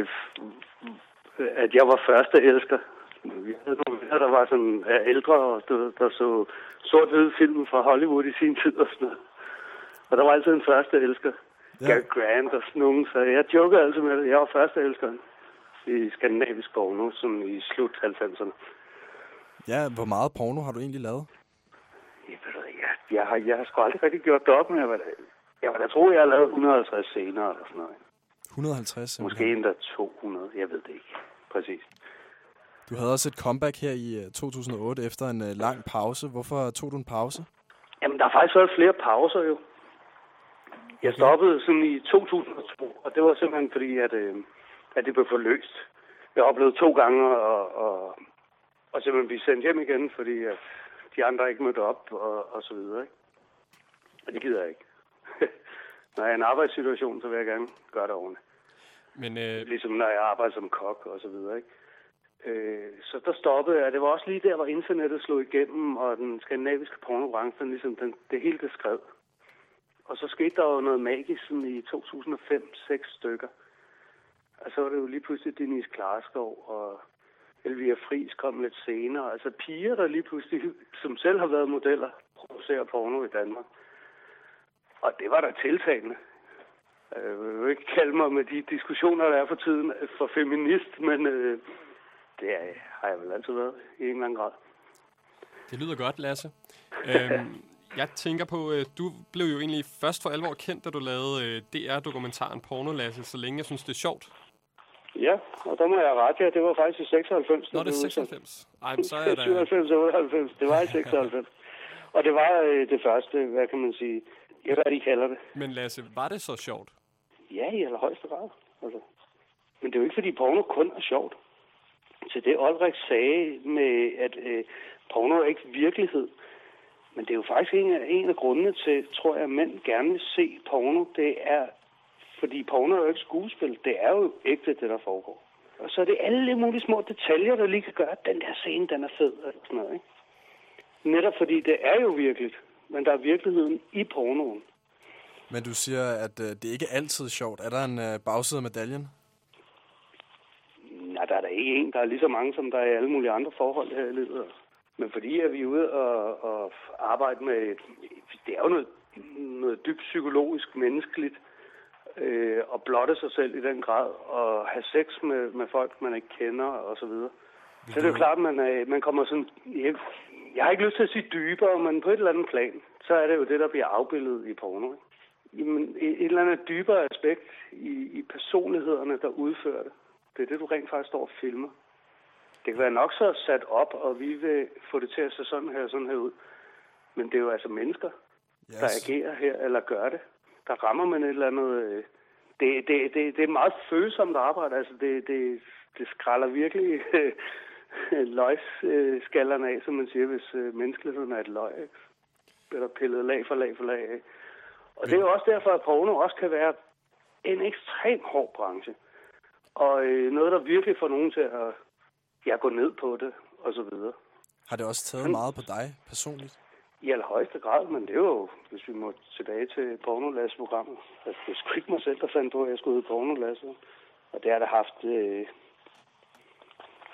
at jeg var første elsker. Vi havde nogle venner, der var sådan uh, ældre, og der, der så sort-hvide film fra Hollywood i sin tid og sådan noget. Og der var altid en første elsker. Ja. Gary Grant og sådan nogen, så jeg joker altid med det. Jeg var første elskeren i skandinavisk porno, som i slut halvfemserne. Ja, hvor meget porno har du egentlig lavet? Jeg, ved, jeg, jeg, har, jeg har sgu aldrig rigtig gjort det op, men jeg, jeg, jeg tror, jeg har lavet et hundrede og halvtreds scener eller sådan noget. et hundrede og halvtreds simpelthen. Måske endda to hundrede, jeg ved det ikke. Præcis. Du havde også et comeback her i to tusind og otte efter en uh, lang pause. Hvorfor tog du en pause? Jamen, der har faktisk været flere pauser jo. Jeg stoppede sådan i to tusind og to, og det var simpelthen fordi, at, øh, at det blev forløst. Jeg oplevede to gange og, og, og simpelthen blive sendt hjem igen, fordi at de andre ikke mødte op og, og så videre. Ikke? Og det gider jeg ikke. Når jeg er i en arbejdssituation, så vil jeg gerne gøre det ordentligt. Men, øh... Ligesom når jeg arbejder som kok og så videre, ikke? Øh, så der stoppede jeg. Det var også lige der, hvor internettet slog igennem, og den skandinaviske pornobranche, ligesom den, det hele det skred. Og så skete der jo noget magisk sådan i to tusind og fem seks stykker. Og så var det jo lige pludselig Denise Klarskov og Elvira Friis kom lidt senere. Altså piger, der lige pludselig, som selv har været modeller, producerer porno i Danmark. Og det var da tiltagende. Jeg vil jo ikke kalde mig med de diskussioner, der er for tiden for feminist, men øh, det er, har jeg vel altid været i en eller anden grad. Det lyder godt, Lasse. øhm, jeg tænker på, øh, du blev jo egentlig først for alvor kendt, da du lavede øh, D R-dokumentaren Porno, Lasse, så længe jeg synes, det er sjovt. Ja, og der må jeg rette jer. Det var faktisk i seksoghalvfems. Nå, det er seksoghalvfems. Ej, men så er der... syvoghalvfems og otteoghalvfems. Det var i seksoghalvfems. Og det var øh, det første, hvad kan man sige, jeg hvad de kalder det. Men Lasse, var det så sjovt? Ja, i allerhøjeste grad. Altså. Men det er jo ikke, fordi porno kun er sjovt. Så det Ulrik sagde med, at øh, porno er ikke virkelighed. Men det er jo faktisk en af, en af grundene til, tror jeg, at mænd gerne vil se porno. Det er, fordi porno er jo ikke skuespil. Det er jo ægte, det der foregår. Og så er det alle mulige små detaljer, der lige kan gøre, at den der scene, den er fed. Eller sådan noget, ikke? Netop fordi det er jo virkeligt. Men der er virkeligheden i pornoen. Men du siger, at øh, det ikke er altid sjovt. Er der en øh, bagside af medaljen? Nej, der er der ikke en. Der er lige så mange, som der er i alle mulige andre forhold her i livet. Men fordi at vi er ude og, og arbejde med... Det er jo noget, noget dybt psykologisk, menneskeligt. Øh, at blotte sig selv i den grad. Og have sex med, med folk, man ikke kender og så videre. Så det er jo klart, at man, er, man kommer sådan... Jeg, jeg har ikke lyst til at sige dybere, men på et eller andet plan, så er det jo det, der bliver afbildet i porno. Ikke? Jamen, et eller andet dybere aspekt i, i personlighederne, der udfører det. Det er det, du rent faktisk står og filmer. Det kan være nok så sat op, og vi vil få det til at se sådan her sådan her ud. Men det er jo altså mennesker, yes. der agerer her, eller gør det. Der rammer man et eller andet... Det, det, det, det er meget følsomt arbejde. Altså, det, det, det skralder virkelig løgskallerne af, som man siger, hvis menneskeligheden er et løg. Ikke? Eller pillet lag for lag for lag af. Og det er jo også derfor, at porno også kan være en ekstrem hård branche. Og øh, noget, der virkelig får nogen til at ja, gå ned på det, og så videre. Har det også taget men, meget på dig personligt? I allerhøjeste grad, men det er jo, hvis vi må tilbage til Porno-Lasse-programmet. Altså, det er sgu ikke mig selv, der fandt på, at jeg skulle ud i Porno-Lasse. Og det har det haft... Øh,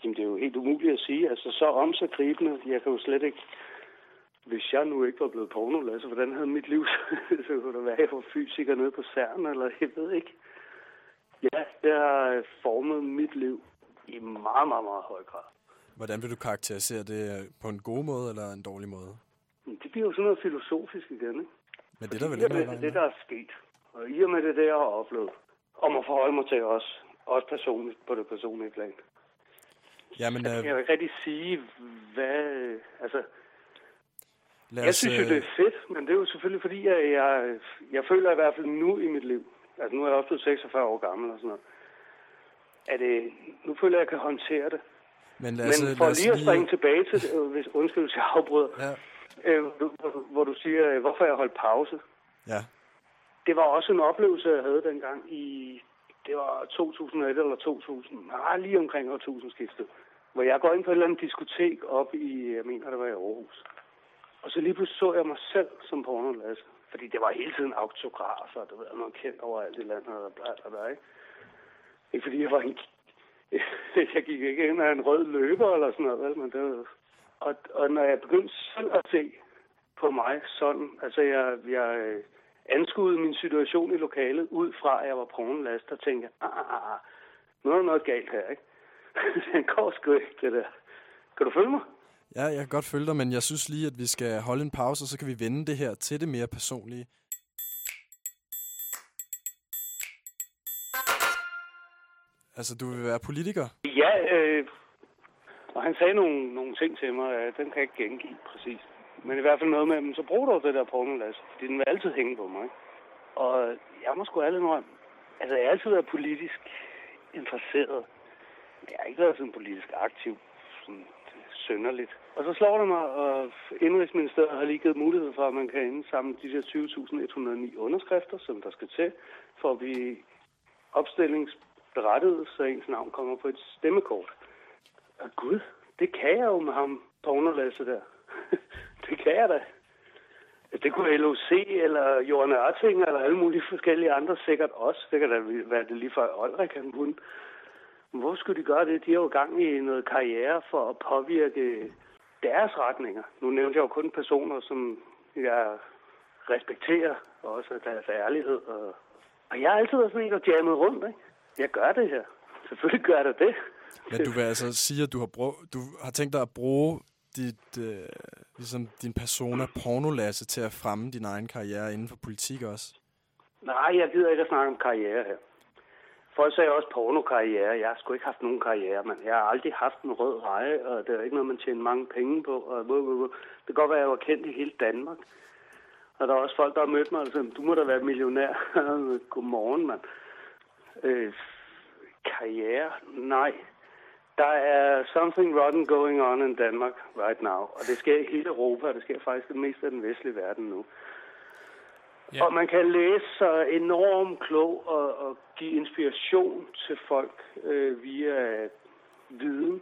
Jamen, det er jo helt umuligt at sige. Altså, så omsaggribende. Jeg kan jo slet ikke... Hvis jeg nu ikke var blevet pornolasse, hvordan havde mit liv så kunne det være, at jeg var fysiker nede på CERN, eller jeg ved ikke. Ja, det har formet mit liv i meget, meget, meget høj grad. Hvordan vil du karakterisere det? På en god måde eller en dårlig måde? Det bliver jo sådan noget filosofisk igen, ikke? Men det er der vel ikke noget noget det, der er sket. Og i og med det, det jeg har oplevet, om at forholde mig til os, også personligt på det personlige plan. Jamen, jeg kan jo ikke rigtig sige, hvad... Altså, Lad jeg os, synes jo, det er fedt, men det er jo selvfølgelig fordi, at jeg, jeg føler i hvert fald nu i mit liv, altså nu er jeg også blevet seksogfyrre år gammel og sådan noget, at det, nu føler jeg, at jeg kan håndtere det. Men, lad os, men for lad os lige at lige... springe tilbage til det, hvis undskyld, hvis jeg afbryder, ja. øh, hvor, hvor du siger, hvorfor jeg holdt pause. Ja. Det var også en oplevelse, jeg havde dengang i, det var to tusind og et eller to tusind, nej, lige omkring år tusindskiftet, hvor jeg går ind på et eller andet diskotek op i, jeg mener, det var i Aarhus. Og så lige pludselig så jeg mig selv som pornolasse. Fordi det var hele tiden autografer, og der var noget kendt overalt i landet, og bla bla bla, ikke? Ikke fordi jeg var en... jeg gik ikke ind af en rød løber eller sådan noget, vel? Men det var... og, og når jeg begyndte selv at se på mig sådan, altså jeg, jeg anskuede min situation i lokalet ud fra, at jeg var pornolasse, der tænkte jeg, ah, ah, ah, nu er der noget galt her, ikke? Det går sgu ikke, det der. Kan du følge mig? Ja, jeg kan godt følge dig, men jeg synes lige, at vi skal holde en pause, og så kan vi vende det her til det mere personlige. Altså, du vil være politiker? Ja, øh, og han sagde nogle, nogle ting til mig, øh, den kan jeg ikke gengive præcis. Men i hvert fald noget med dem, så brug dog det der pornolasse, fordi den vil altid hænge på mig. Og jeg må sgu alle indrømme, altså jeg har altid været politisk interesseret. Jeg har ikke været sådan politisk aktiv, sådan synderligt. Og så slår det mig, og Indrigsministeriet har lige givet mulighed for, at man kan indsamle de der tyve tusind et hundrede og ni underskrifter, som der skal til, for at blive opstillingsberettiget, så ens navn kommer på et stemmekort. Og gud, det kan jeg jo med ham, pornolasse der. Det kan jeg da. Det kunne L O C eller Jørgen Ørting eller alle mulige forskellige andre sikkert også. Det kan da være det lige før Olrik han kunne. Hvor skulle de gøre det? De er jo i gang i noget karriere for at påvirke deres retninger. Nu nævnte jeg jo kun personer, som jeg respekterer, og også deres ærlighed. Og, og jeg har altid været sådan en, der jammet rundt, ikke? Jeg gør det her. Selvfølgelig gør jeg da det. Men du vil altså sige, at du har, brug, du har tænkt dig at bruge dit, øh, ligesom din persona pornolasse til at fremme din egen karriere inden for politik også? Nej, jeg gider ikke at snakke om karriere her. Folk sagde også pornokarriere. Jeg har sgu ikke haft nogen karriere, men jeg har aldrig haft en rød reje, og det er ikke noget, man tjener mange penge på. Og det kan godt være, at jeg var kendt i hele Danmark. Og der er også folk, der har mødt mig og sagt, du må da være millionær. Godmorgen, mand. Øh, karriere? Nej. Der er something rotten going on in Denmark right now. Og det sker i hele Europa, og det sker faktisk det meste af den vestlige verden nu. Ja. Og man kan læse sig enormt klog og, og give inspiration til folk øh, via viden.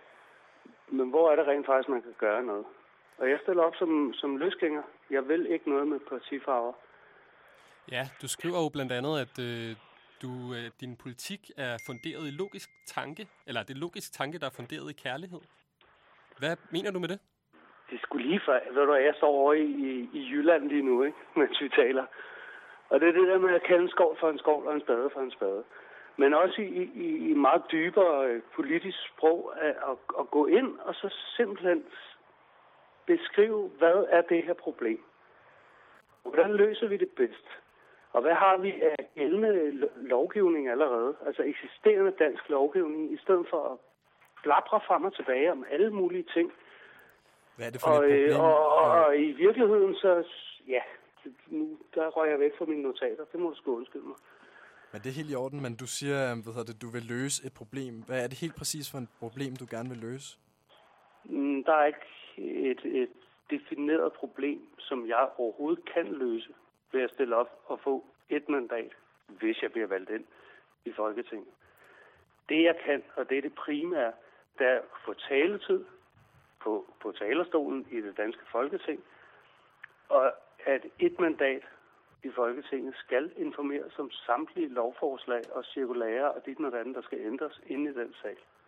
Men hvor er det rent faktisk, man kan gøre noget? Og jeg stiller op som, som løsgænger. Jeg vil ikke noget med partifarver. Ja, du skriver jo blandt andet, at øh, du, øh, din politik er funderet i logisk tanke, eller det er logisk tanke, der er funderet i kærlighed. Hvad mener du med det? Det skulle lige før. Ved du, jeg står over i, i, i Jylland lige nu, ikke? Mens vi taler. Og det er det der med at kalde en skål for en skål og en spade for en spade. Men også i, i, i meget dybere politisk sprog at, at, at gå ind og så simpelthen beskrive, hvad er det her problem? Hvordan løser vi det bedst? Og hvad har vi af gældende lovgivning allerede? Altså eksisterende dansk lovgivning, i stedet for at blabre frem og tilbage om alle mulige ting. Hvad er det for og, et problem? Og, og, og i virkeligheden, så ja, nu, der røg jeg væk fra mine notater. Det må du sgu undskylde mig. Men det er helt i orden, men du siger, hvad hedder det, du vil løse et problem. Hvad er det helt præcis for et problem, du gerne vil løse? Mm, der er ikke et, et defineret problem, som jeg overhovedet kan løse ved at stille op og få et mandat, hvis jeg bliver valgt ind i Folketinget. Det jeg kan, og det er det primære, det er at få taletid på, på talerstolen i det danske Folketing, og at et mandat i Folketinget skal informeres om samtlige lovforslag og cirkulærer og dit og andet, der skal ændres inde i den sal.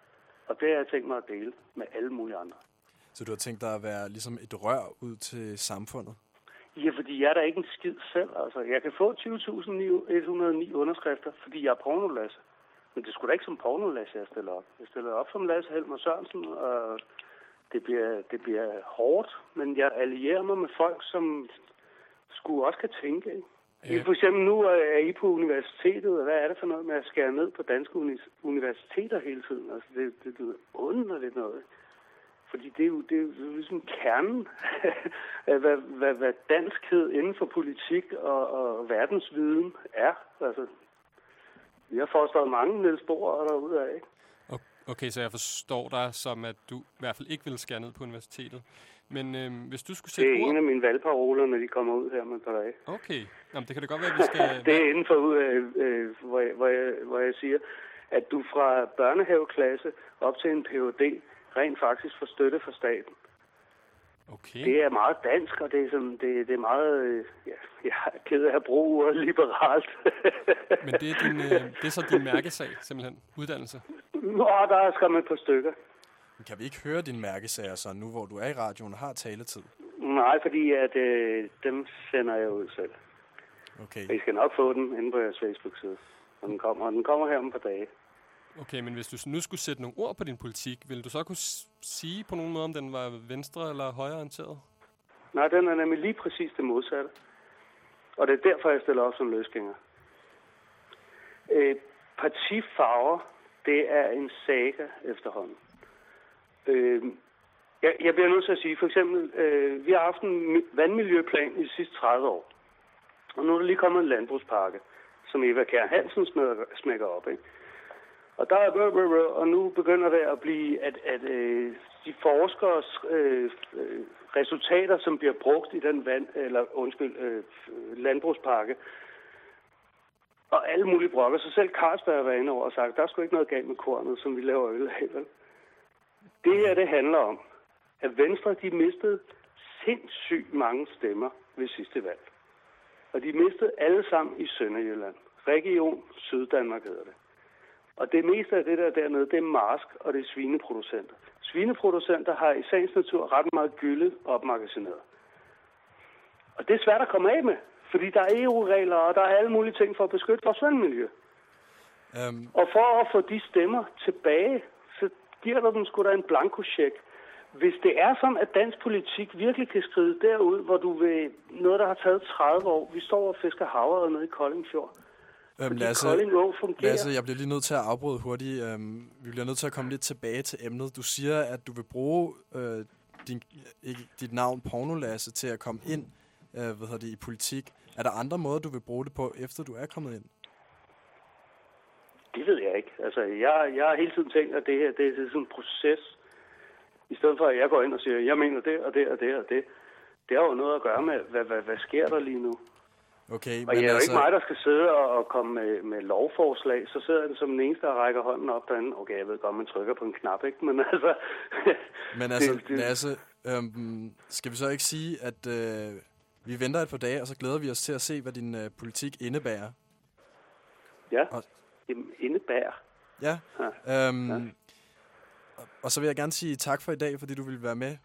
Og det har jeg tænkt mig at dele med alle mulige andre. Så du har tænkt dig at være ligesom et rør ud til samfundet? Ja, fordi jeg er da ikke en skid selv. Altså, jeg kan få tyve tusind et hundrede og ni underskrifter, fordi jeg er porno-Lasse. Men det skulle da ikke som porno-Lasse, jeg stiller op. Jeg stiller op som Lasse Helmer Sørensen, og det bliver, det bliver hårdt. Men jeg allierer mig med folk, som skulle også kan tænke, ikke? Ja. For eksempel nu er I på universitetet, og hvad er det for noget med at skære ned på danske uni- universiteter hele tiden? Altså, det, det, det er underligt noget. Fordi det er jo, det er jo ligesom kernen af, hvad, hvad, hvad danskhed inden for politik og, og verdensviden er. Altså, vi har forstået mange Niels Bohr derude af, ikke? Okay, så jeg forstår dig som, at du i hvert fald ikke vil skære ned på universitetet. Men øhm, hvis du skulle sætte Det er ord... en af mine valgparoler, når de kommer ud her med et par dage. Okay. Jamen, det kan det godt være, at vi skal... Det er inden for, øh, øh, hvor, jeg, hvor, jeg, hvor jeg siger, at du fra børnehaveklasse op til en P H D rent faktisk får støtte fra staten. Okay. Det er meget dansk, og det er, sådan, det, det er meget... Øh, ja, jeg er ked af at bruge ordet liberalt. Men det er, din, øh, det er så din mærkesag, simpelthen. Uddannelse. Nå, der skal man et par stykker. Kan vi ikke høre dine mærkesager så nu, hvor du er i radioen og har taletid? Nej, fordi at, øh, dem sender jeg ud selv. Okay. Og I skal nok få den inde på jeres Facebook-side. Og den kommer, og den kommer her om et par dage. Okay, men hvis du nu skulle sætte nogle ord på din politik, ville du så kunne s- sige på nogen måde, om den var venstre- eller højreorienteret? Nej, den er nemlig lige præcis det modsatte. Og det er derfor, jeg stiller op som løsgænger. Øh, partifarver, det er en saga efterhånden. Øh, jeg, jeg bliver nødt til at sige, for eksempel, øh, vi har haft en vandmiljøplan i de sidste tredive år. Og nu er der lige kommet en landbrugspakke, som Eva Kjær Hansen smækker, smækker op, ikke? Og der er bøh, bøh, bøh, og nu begynder det at blive, at, at øh, de forskers øh, resultater, som bliver brugt i den vand, eller undskyld, øh, landbrugspakke, og alle mulige brokker, så selv Carlsberg var inde over og sagt, der er sgu ikke noget galt med kornet, som vi laver øl af, vel? Det her, det handler om, at Venstre, de mistede sindssygt mange stemmer ved sidste valg. Og de mistede alle sammen i Sønderjylland. Region Syddanmark hedder det. Og det meste af det der dernede, det er marsk, og det er svineproducenter. Svineproducenter har i sagens natur ret meget gylde opmagasineret. Og det er svært at komme af med, fordi der er E U-regler, og der er alle mulige ting for at beskytte vores vandmiljø. Um. Og for at få de stemmer tilbage, så giver der dem sgu da en blankocheck. Hvis det er sådan, at dansk politik virkelig kan skride derud, hvor du vil noget, der har taget tredive år. Vi står og fisker havre nede i Koldingfjord. Øhm, Lasse, Lasse, jeg bliver lige nødt til at afbryde hurtigt. Øhm, vi bliver nødt til at komme lidt tilbage til emnet. Du siger, at du vil bruge øh, din, ikke, dit navn Porno-Lasse til at komme ind øh, hvad hedder det, i politik. Er der andre måder, du vil bruge det på, efter du er kommet ind? Det ved jeg ikke. Altså, jeg, jeg har hele tiden tænkt, at det her det er sådan en proces. I stedet for, at jeg går ind og siger, jeg mener det og det og det og det. Det har jo noget at gøre med, hvad, hvad, hvad sker der lige nu? Okay, og men jeg er jo altså... ikke mig, der skal sidde og, og komme med, med lovforslag. Så sidder jeg som den eneste, der rækker hånden op derinde. Okay, jeg ved godt, man trykker på en knap, ikke? Men altså... men altså, det, det... Lasse, øhm, skal vi så ikke sige, at øh, vi venter et par dage, og så glæder vi os til at se, hvad din øh, politik indebærer? Ja, og... indebærer. Ja, ja. Øhm, ja. Og, og så vil jeg gerne sige tak for i dag, fordi du ville være med.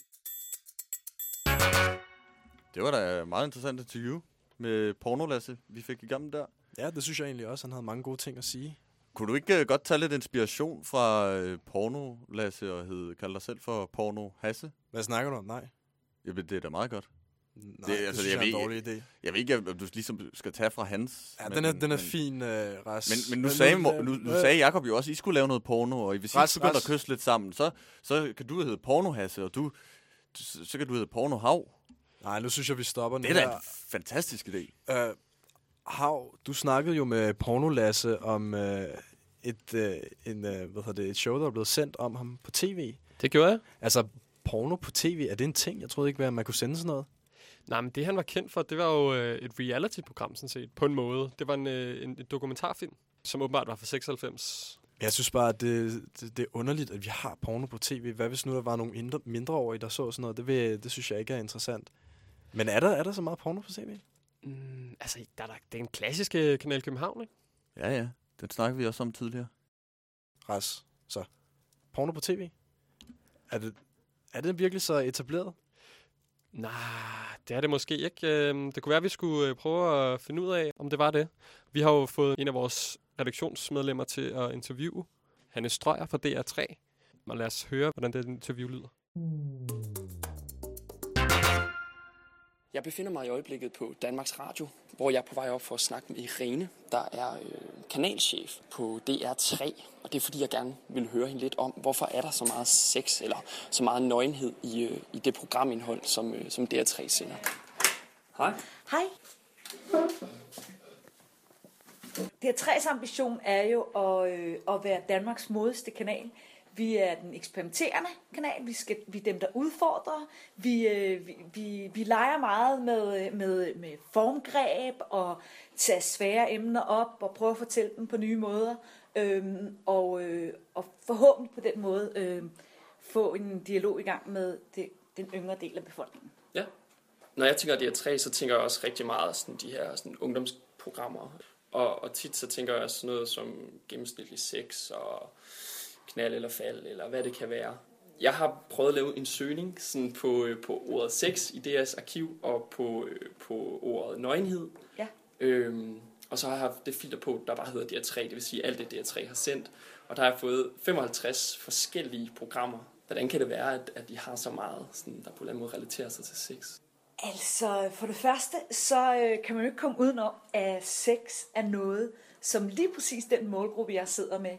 Det var da meget interessant interview med Porno-Lasse, vi fik i gang der. Ja, det synes jeg egentlig også. Han havde mange gode ting at sige. Kunne du ikke uh, godt tage lidt inspiration fra uh, Porno-Lasse og hed, kalde dig selv for Porno-Hasse? Hvad snakker du om? Nej. Jamen, det er da meget godt. Nej, det, det altså, synes jeg, jeg er en dårlig idé. Jeg, jeg ved ikke, om du ligesom skal tage fra hans... Ja, men, den er, den er men, fin, uh, Ras. Men, men nu, men sagde, nu, nu, nu sagde Jacob jo også, at I skulle lave noget porno, og hvis I Ras, begynder Ras. at kysse lidt sammen, så, så kan du hedde Porno-Hasse, og du, så kan du hedde Porno-Hav. Nej, nu synes jeg, vi stopper det. Det er da en fantastisk idé. Uh, Hav, du snakkede jo med Porno-Lasse om uh, et, uh, en, uh, hvad hedder det, et show, der er blevet sendt om ham på tv. Det gjorde jeg. Altså, porno på tv, er det en ting? Jeg troede ikke, at man kunne sende sådan noget. Nej, men det han var kendt for, det var jo øh, et reality-program, sådan set, på en måde. Det var en, øh, en, en dokumentarfilm, som åbenbart var fra seksoghalvfems. Jeg synes bare, at det, det, det er underligt, at vi har porno på tv. Hvad hvis nu der var nogle indre, mindreårige, der så sådan noget? Det, vil, det synes jeg ikke er interessant. Men er der, er der så meget porno på tv? Mm, altså, der er der, det er en klassisk øh, Kanal København, ikke? Ja, ja. Den snakker vi også om tidligere. Ras, så. porno på tv? Er det, er det virkelig så etableret? Nej, det er det måske ikke. Det kunne være, at vi skulle prøve at finde ud af, om det var det. Vi har jo fået en af vores redaktionsmedlemmer til at interviewe Hanne Strøyer fra D R tre. Og lad os høre, hvordan det interview lyder. Jeg befinder mig i øjeblikket på Danmarks Radio, hvor jeg er på vej op for at snakke med Irene, der er øh, kanalchef på D R tre. Og det er fordi, jeg gerne vil høre hende lidt om, hvorfor er der så meget sex eller så meget nøgenhed i, øh, i det programindhold, som, øh, som D R tre sender. Hej. Hej. D R tre's ambition er jo at, øh, at være Danmarks modigste kanal. Vi er den eksperimenterende kanal, vi, skal, vi er dem, der udfordrer. Vi, øh, vi, vi, vi leger meget med, med, med formgreb og tager svære emner op og prøver at fortælle dem på nye måder. Øhm, og, øh, og forhåbentlig på den måde øh, få en dialog i gang med det, den yngre del af befolkningen. Ja. Når jeg tænker D R tre, så tænker jeg også rigtig meget sådan de her sådan ungdomsprogrammer. Og, og tit så tænker jeg også sådan noget som gennemsnitlig sex og knald eller fald, eller hvad det kan være. Jeg har prøvet at lave en søgning sådan på, på ordet sex i D R's arkiv, og på, på ordet nøgenhed. Ja. Øhm, og så har jeg haft det filter på, der bare hedder D R tre, det vil sige alt det D R tre har sendt. Og der har jeg fået femoghalvtreds forskellige programmer. Hvordan kan det være, at, at de har så meget, sådan, der på en eller anden måde relaterer sig til sex? Altså, for det første, så øh, kan man jo ikke komme udenom, at sex er noget, som lige præcis den målgruppe, jeg sidder med,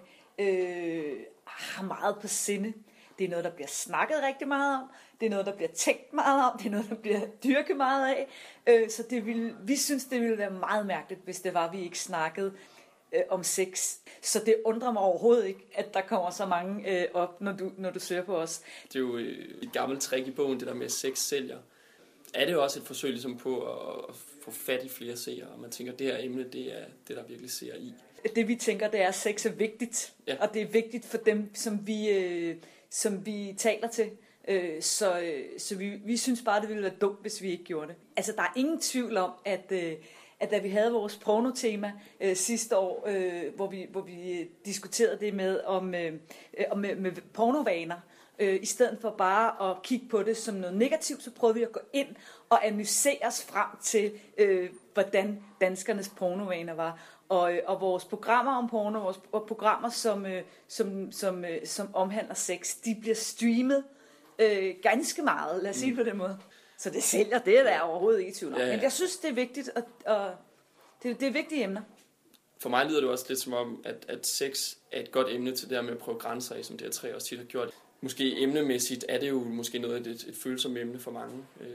øh, har meget på sinde. Det er noget, der bliver snakket rigtig meget om. Det er noget, der bliver tænkt meget om. Det er noget, der bliver dyrket meget af. Øh, så det ville, vi synes, det ville være meget mærkeligt, hvis det var, vi ikke snakkede øh, om sex. Så det undrer mig overhovedet ikke, at der kommer så mange øh, op, når du, når du søger på os. Det er jo et gammelt trick i bogen, det der med sex sælger. Er det jo også et forsøg ligesom på at få fat i flere seere, og man tænker, at det her emne, det er det, der virkelig ser i. Det vi tænker, det er, at sex er vigtigt, ja. Og det er vigtigt for dem, som vi, øh, som vi taler til. Øh, så øh, så vi, vi synes bare, det ville være dumt, hvis vi ikke gjorde det. Altså, der er ingen tvivl om, at, øh, at da vi havde vores pornotema øh, sidste år, øh, hvor, vi, hvor vi diskuterede det med, om, øh, om med, med pornovaner, Øh, i stedet for bare at kigge på det som noget negativt, så prøvede vi at gå ind og analysere os frem til, øh, hvordan danskernes pornovaner var. Og, øh, og vores programmer om porno, vores programmer, som, øh, som, som, øh, som omhandler sex, de bliver streamet øh, ganske meget, lad os sige det på den måde. Så det sælger, det er der overhovedet ikke i tvivl om. Ja, ja. Men jeg synes, det er vigtigt, og, og det, det er vigtige emner. For mig lyder det også lidt som om, at, at sex er et godt emne til det her med at prøve grænser i, som D R tre også tit har gjort. Måske emnemæssigt er det jo måske noget af et, et følsomt emne for mange, øh,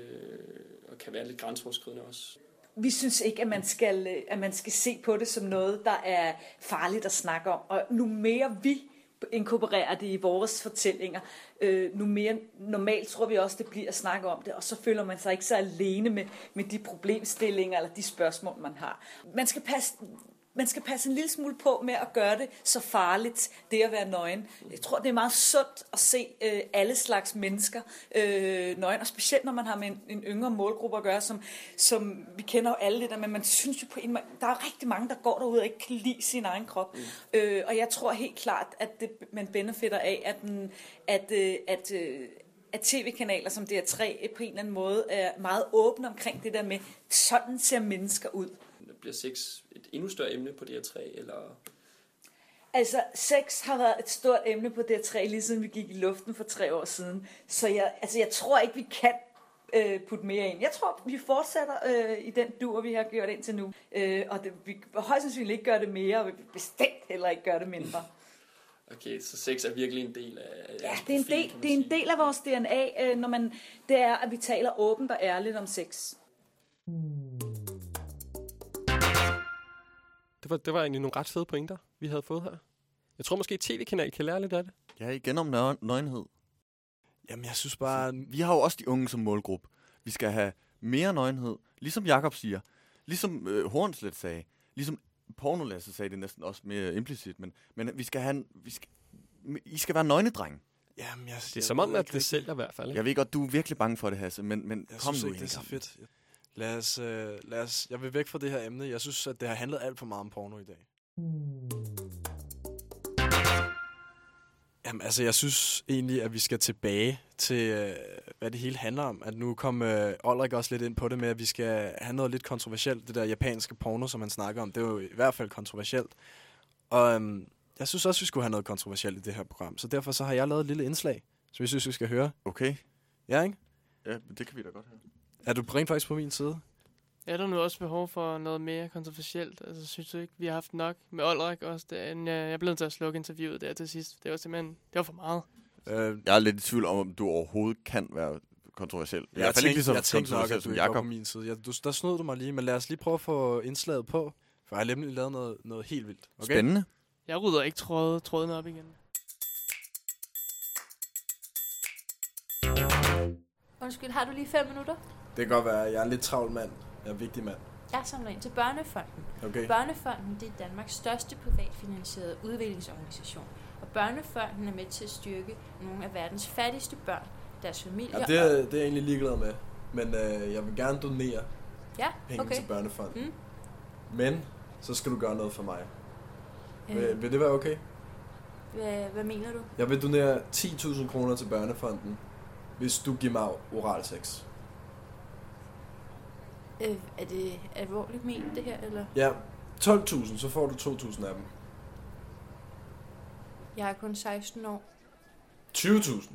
og kan være lidt grænseoverskridende også. Vi synes ikke, at man, skal, at man skal se på det som noget, der er farligt at snakke om. Og nu mere vi inkorporerer det i vores fortællinger, øh, nu mere normalt tror vi også, det bliver at snakke om det, og så føler man sig ikke så alene med, med de problemstillinger eller de spørgsmål, man har. Man skal passe... Man skal passe en lille smule på med at gøre det så farligt, det at være nøgen. Jeg tror, det er meget sundt at se øh, alle slags mennesker øh, nøgen, og specielt når man har med en, en yngre målgruppe at gøre, som, som vi kender jo alle det der, men man synes jo på en måde, der er rigtig mange, der går derude og ikke kan lide sin egen krop. Mm. Øh, og jeg tror helt klart, at det, man benefitter af, at, den, at, øh, at, øh, at tv-kanaler som D R tre på en eller anden måde er meget åbne omkring det der med, sådan ser mennesker ud. Bliver sex et endnu større emne på D R tre, eller? Altså, sex har været et stort emne på D R tre, lige siden vi gik i luften for tre år siden. Så jeg, altså, jeg tror ikke, vi kan øh, putte mere ind. Jeg tror, vi fortsætter øh, i den dur, vi har gjort indtil nu. Øh, og det, vi højst sandsynligt ikke gøre det mere, og vi bestemt heller ikke gøre det mindre. Okay, så sex er virkelig en del af... Ja, det er en del, det er en del af vores D N A, øh, når man, det er, at vi taler åbent og ærligt om sex. Det var, det var egentlig nogle ret fede pointer, vi havde fået her. Jeg tror måske, at tv-kanal kan lære lidt af det. Ja, igen om nø- nøgenhed. Jamen, jeg synes bare... Vi har jo også de unge som målgruppe. Vi skal have mere nøgenhed. Ligesom Jakob siger. Ligesom øh, Hornslet sagde. Ligesom Pornolasse sagde det næsten også mere implicit. Men, men vi skal have... Vi skal, I skal være nøgnedreng. Jamen, jeg, det er som om, at det sælger i hvert fald. Ikke? Jeg ved godt, du er virkelig bange for det, Hasse. Men, men jeg kom synes nu ikke, det er så fedt. Lad os, øh, lad os, jeg vil væk fra det her emne. Jeg synes, at det har handlet alt for meget om porno i dag. Jamen, altså, jeg synes egentlig, at vi skal tilbage til, øh, hvad det hele handler om. At nu kom øh, Ulrik også lidt ind på det med, at vi skal have noget lidt kontroversielt. Det der japanske porno, som han snakker om, det er jo i hvert fald kontroversielt. Og øhm, jeg synes også, vi skulle have noget kontroversielt i det her program. Så derfor så har jeg lavet et lille indslag, som jeg synes, vi skal høre. Okay. Ja, ikke? Ja, det kan vi da godt høre. Er du rent faktisk på min side? Er der nu også behov for noget mere kontroversielt? Altså, synes du ikke, vi har haft nok med Ulrik også? Der, jeg er blevet til at slukke interviewet der til sidst. Det var simpelthen, det var for meget. Øh, jeg er lidt i tvivl om, om du overhovedet kan være kontroversiel. Jeg, jeg tænkte ligesom, tænk nok, at du ikke var på min side. Jeg, du, der snød du mig lige, men lad os lige prøve at få indslaget på. For jeg har nemlig lavet noget, noget helt vildt. Okay? Spændende. Jeg rydder ikke tråd, trådene op igen. Undskyld, har du lige fem minutter? Det kan godt være, jeg er en lidt travl mand. Jeg er en vigtig mand. Jeg samler ind til Børnefonden. Okay. Børnefonden, det er Danmarks største privatfinansierede udviklingsorganisation. Og Børnefonden er med til at styrke nogle af verdens fattigste børn, deres familier. Ja, det, er, det er jeg egentlig ligeglad med. Men øh, jeg vil gerne donere ja, penge okay. til Børnefonden. Mm. Men så skal du gøre noget for mig. Øh. Vil, vil det være okay? Hvad, hvad mener du? Jeg vil donere ti tusind kroner til Børnefonden, hvis du giver mig oral sex. Øh, er det alvorligt ment, det her, eller? Ja, tolv tusind, så får du to tusind af dem. Jeg er kun seksten år. tyve tusind.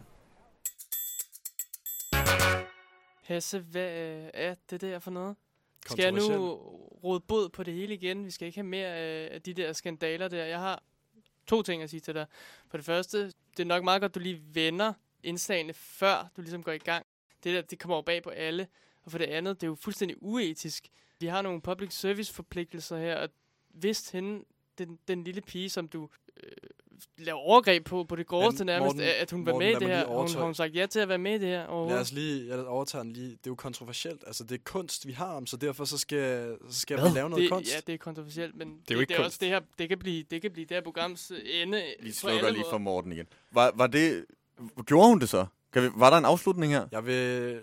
Hasse, hvad er det der for noget? Skal jeg nu råde bod på det hele igen? Vi skal ikke have mere af de der skandaler der. Jeg har to ting at sige til dig. For det første, det er nok meget godt, at du lige vender indslagene, før du ligesom går i gang. Det der, det kommer jo bag på alle. Og for det andet, det er jo fuldstændig uetisk. Vi har nogle public service forpligtelser her, og hvis hende, den, den lille pige, som du øh, laver overgreb på, på det groveste nærmest, Morten, at hun var med i det her, hun har hun sagt ja til at være med i det her. Lad os lige, jeg overtager den lige. Det er jo kontroversielt. Altså, det er kunst, vi har om, så derfor så skal, så skal vi lave noget det, kunst. Ja, det er kontroversielt, men det, det er jo det, ikke det er også det her, det kan blive det kan blive det her programs ende. Vi slukker lige for Morten igen. Var, var det, gjorde hun det så? Kan vi, var der en afslutning her? Jeg vil,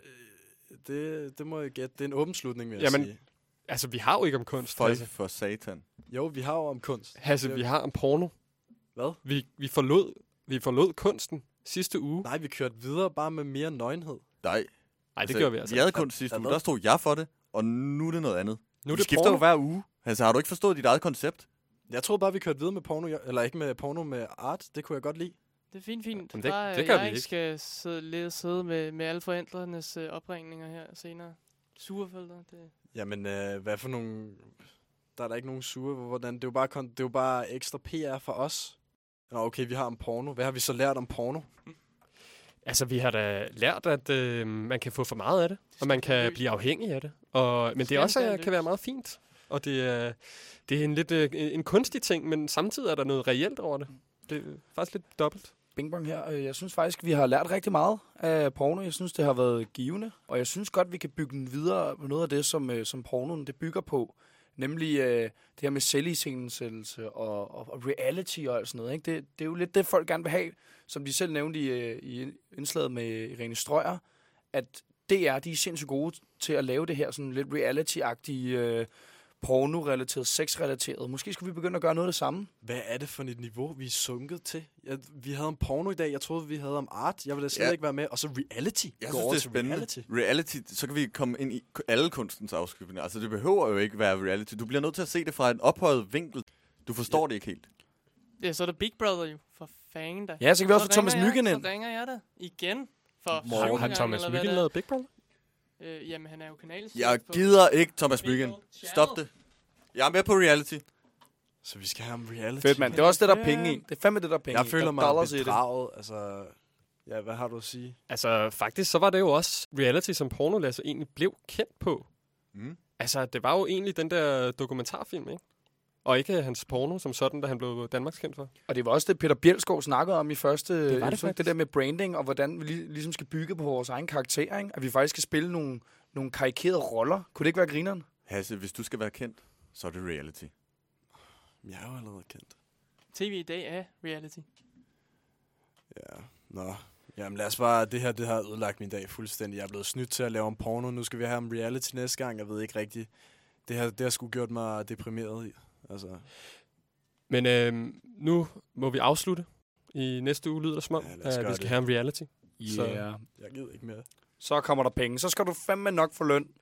det, det må jeg gætte. Det er en åben slutning, vil jeg Jamen, sige. Altså, vi har jo ikke om kunst. Føj for satan. Jo, vi har jo om kunst. Hasse, vi har om porno. Hvad? Vi, vi, forlod, vi forlod kunsten sidste uge. Nej, vi kørte videre bare med mere nøgenhed. Nej. Nej, det altså, gør vi altså. Vi havde kunst sidste uge. Der stod jeg for det, og nu er det noget andet. Nu er du det skifter porno. jo hver uge. Altså, har du ikke forstået dit eget koncept? Jeg tror bare, vi kørte videre med porno, eller ikke med porno, med art. Det kunne jeg godt lide. Det er fint, fint. Men det, bare, det gør jeg vi ikke. skal sidde, lidt sidde med, med alle forældrenes øh, opringninger her senere. Sure forældre. Det. Jamen, øh, hvad for nogle... Der er der ikke nogen sure. Hvordan? Det er jo bare, kon- det er jo bare ekstra P R for os. Nå, okay, vi har om porno. Hvad har vi så lært om porno? Altså, vi har da lært, at øh, man kan få for meget af det, og man kan blive afhængig af det. Og, men det også er, kan være meget fint. Og det er, det er en lidt øh, en kunstig ting, men samtidig er der noget reelt over det. Det er faktisk lidt dobbelt. Bing bong her. Jeg synes faktisk, vi har lært rigtig meget af porno. Jeg synes, det har været givende. Og jeg synes godt, vi kan bygge den videre på noget af det, som, som pornoen det bygger på. Nemlig øh, det her med selviscenesættelse og, og, og reality og alt sådan noget. Ikke? Det, det er jo lidt det, folk gerne vil have, som de selv nævnte i, i indslaget med Irene Strøyer, at D R, de er sindssygt gode til at lave det her sådan lidt reality-agtige, øh, porno-relateret, sex-relateret. Måske skulle vi begynde at gøre noget af det samme. Hvad er det for et niveau, vi er sunket til? Jeg, vi havde om porno i dag, jeg troede, vi havde om art. Jeg ville slet Ja. ikke være med. Og så reality. Jeg Gå synes, over det er til spændende. Reality. reality. Så kan vi komme ind i alle kunstens afskygninger. Altså, det behøver jo ikke være reality. Du bliver nødt til at se det fra en ophøjet vinkel. Du forstår ja. det ikke helt. Ja, så er der Big Brother jo. For fanden da. Ja, så kan vi også få Thomas Myggen ind. Så ringer jeg da igen. For Hvor har Thomas Myggen lavet Big Brother? Øh, jamen, han er jo kanalchef. Jeg gider ikke Thomas Myggen. Stop det. Jeg er med på reality. Så vi skal have om reality. Fedt, mand. Det er også det, der er penge i. Det er fandme det, der er penge Jeg i. føler Der mig dollars i det. bedraget. Altså, ja, hvad har du at sige? Altså, faktisk så var det jo også reality, som Porno Lasse egentlig blev kendt på. Mm. Altså, det var jo egentlig den der dokumentarfilm, ikke? Og ikke hans porno som sådan, da han blev Danmarks kendt for. Og det var også det, Peter Bjelskov snakkede om i første det, var det, episode, det der med branding, og hvordan vi lig- ligesom skal bygge på vores egen karakter, ikke? At vi faktisk skal spille nogle, nogle karikerede roller. Kunne det ikke være grineren? Hasse, hvis du skal være kendt, så er det reality. Jeg er jo allerede kendt. T V i dag er reality. Ja, nå. Jamen lad os bare, det her det har ødelagt min dag fuldstændig. Jeg er blevet snydt til at lave om porno. Nu skal vi have om reality næste gang. Jeg ved ikke rigtigt. Det her, det har sgu gjort mig deprimeret i. Altså. Men øh, nu må vi afslutte I næste uge lyder det som om, Ja, at vi skal det. have en reality. Yeah. Så Jeg gider ikke mere. Så kommer der penge. Så skal du fandme nok få løn.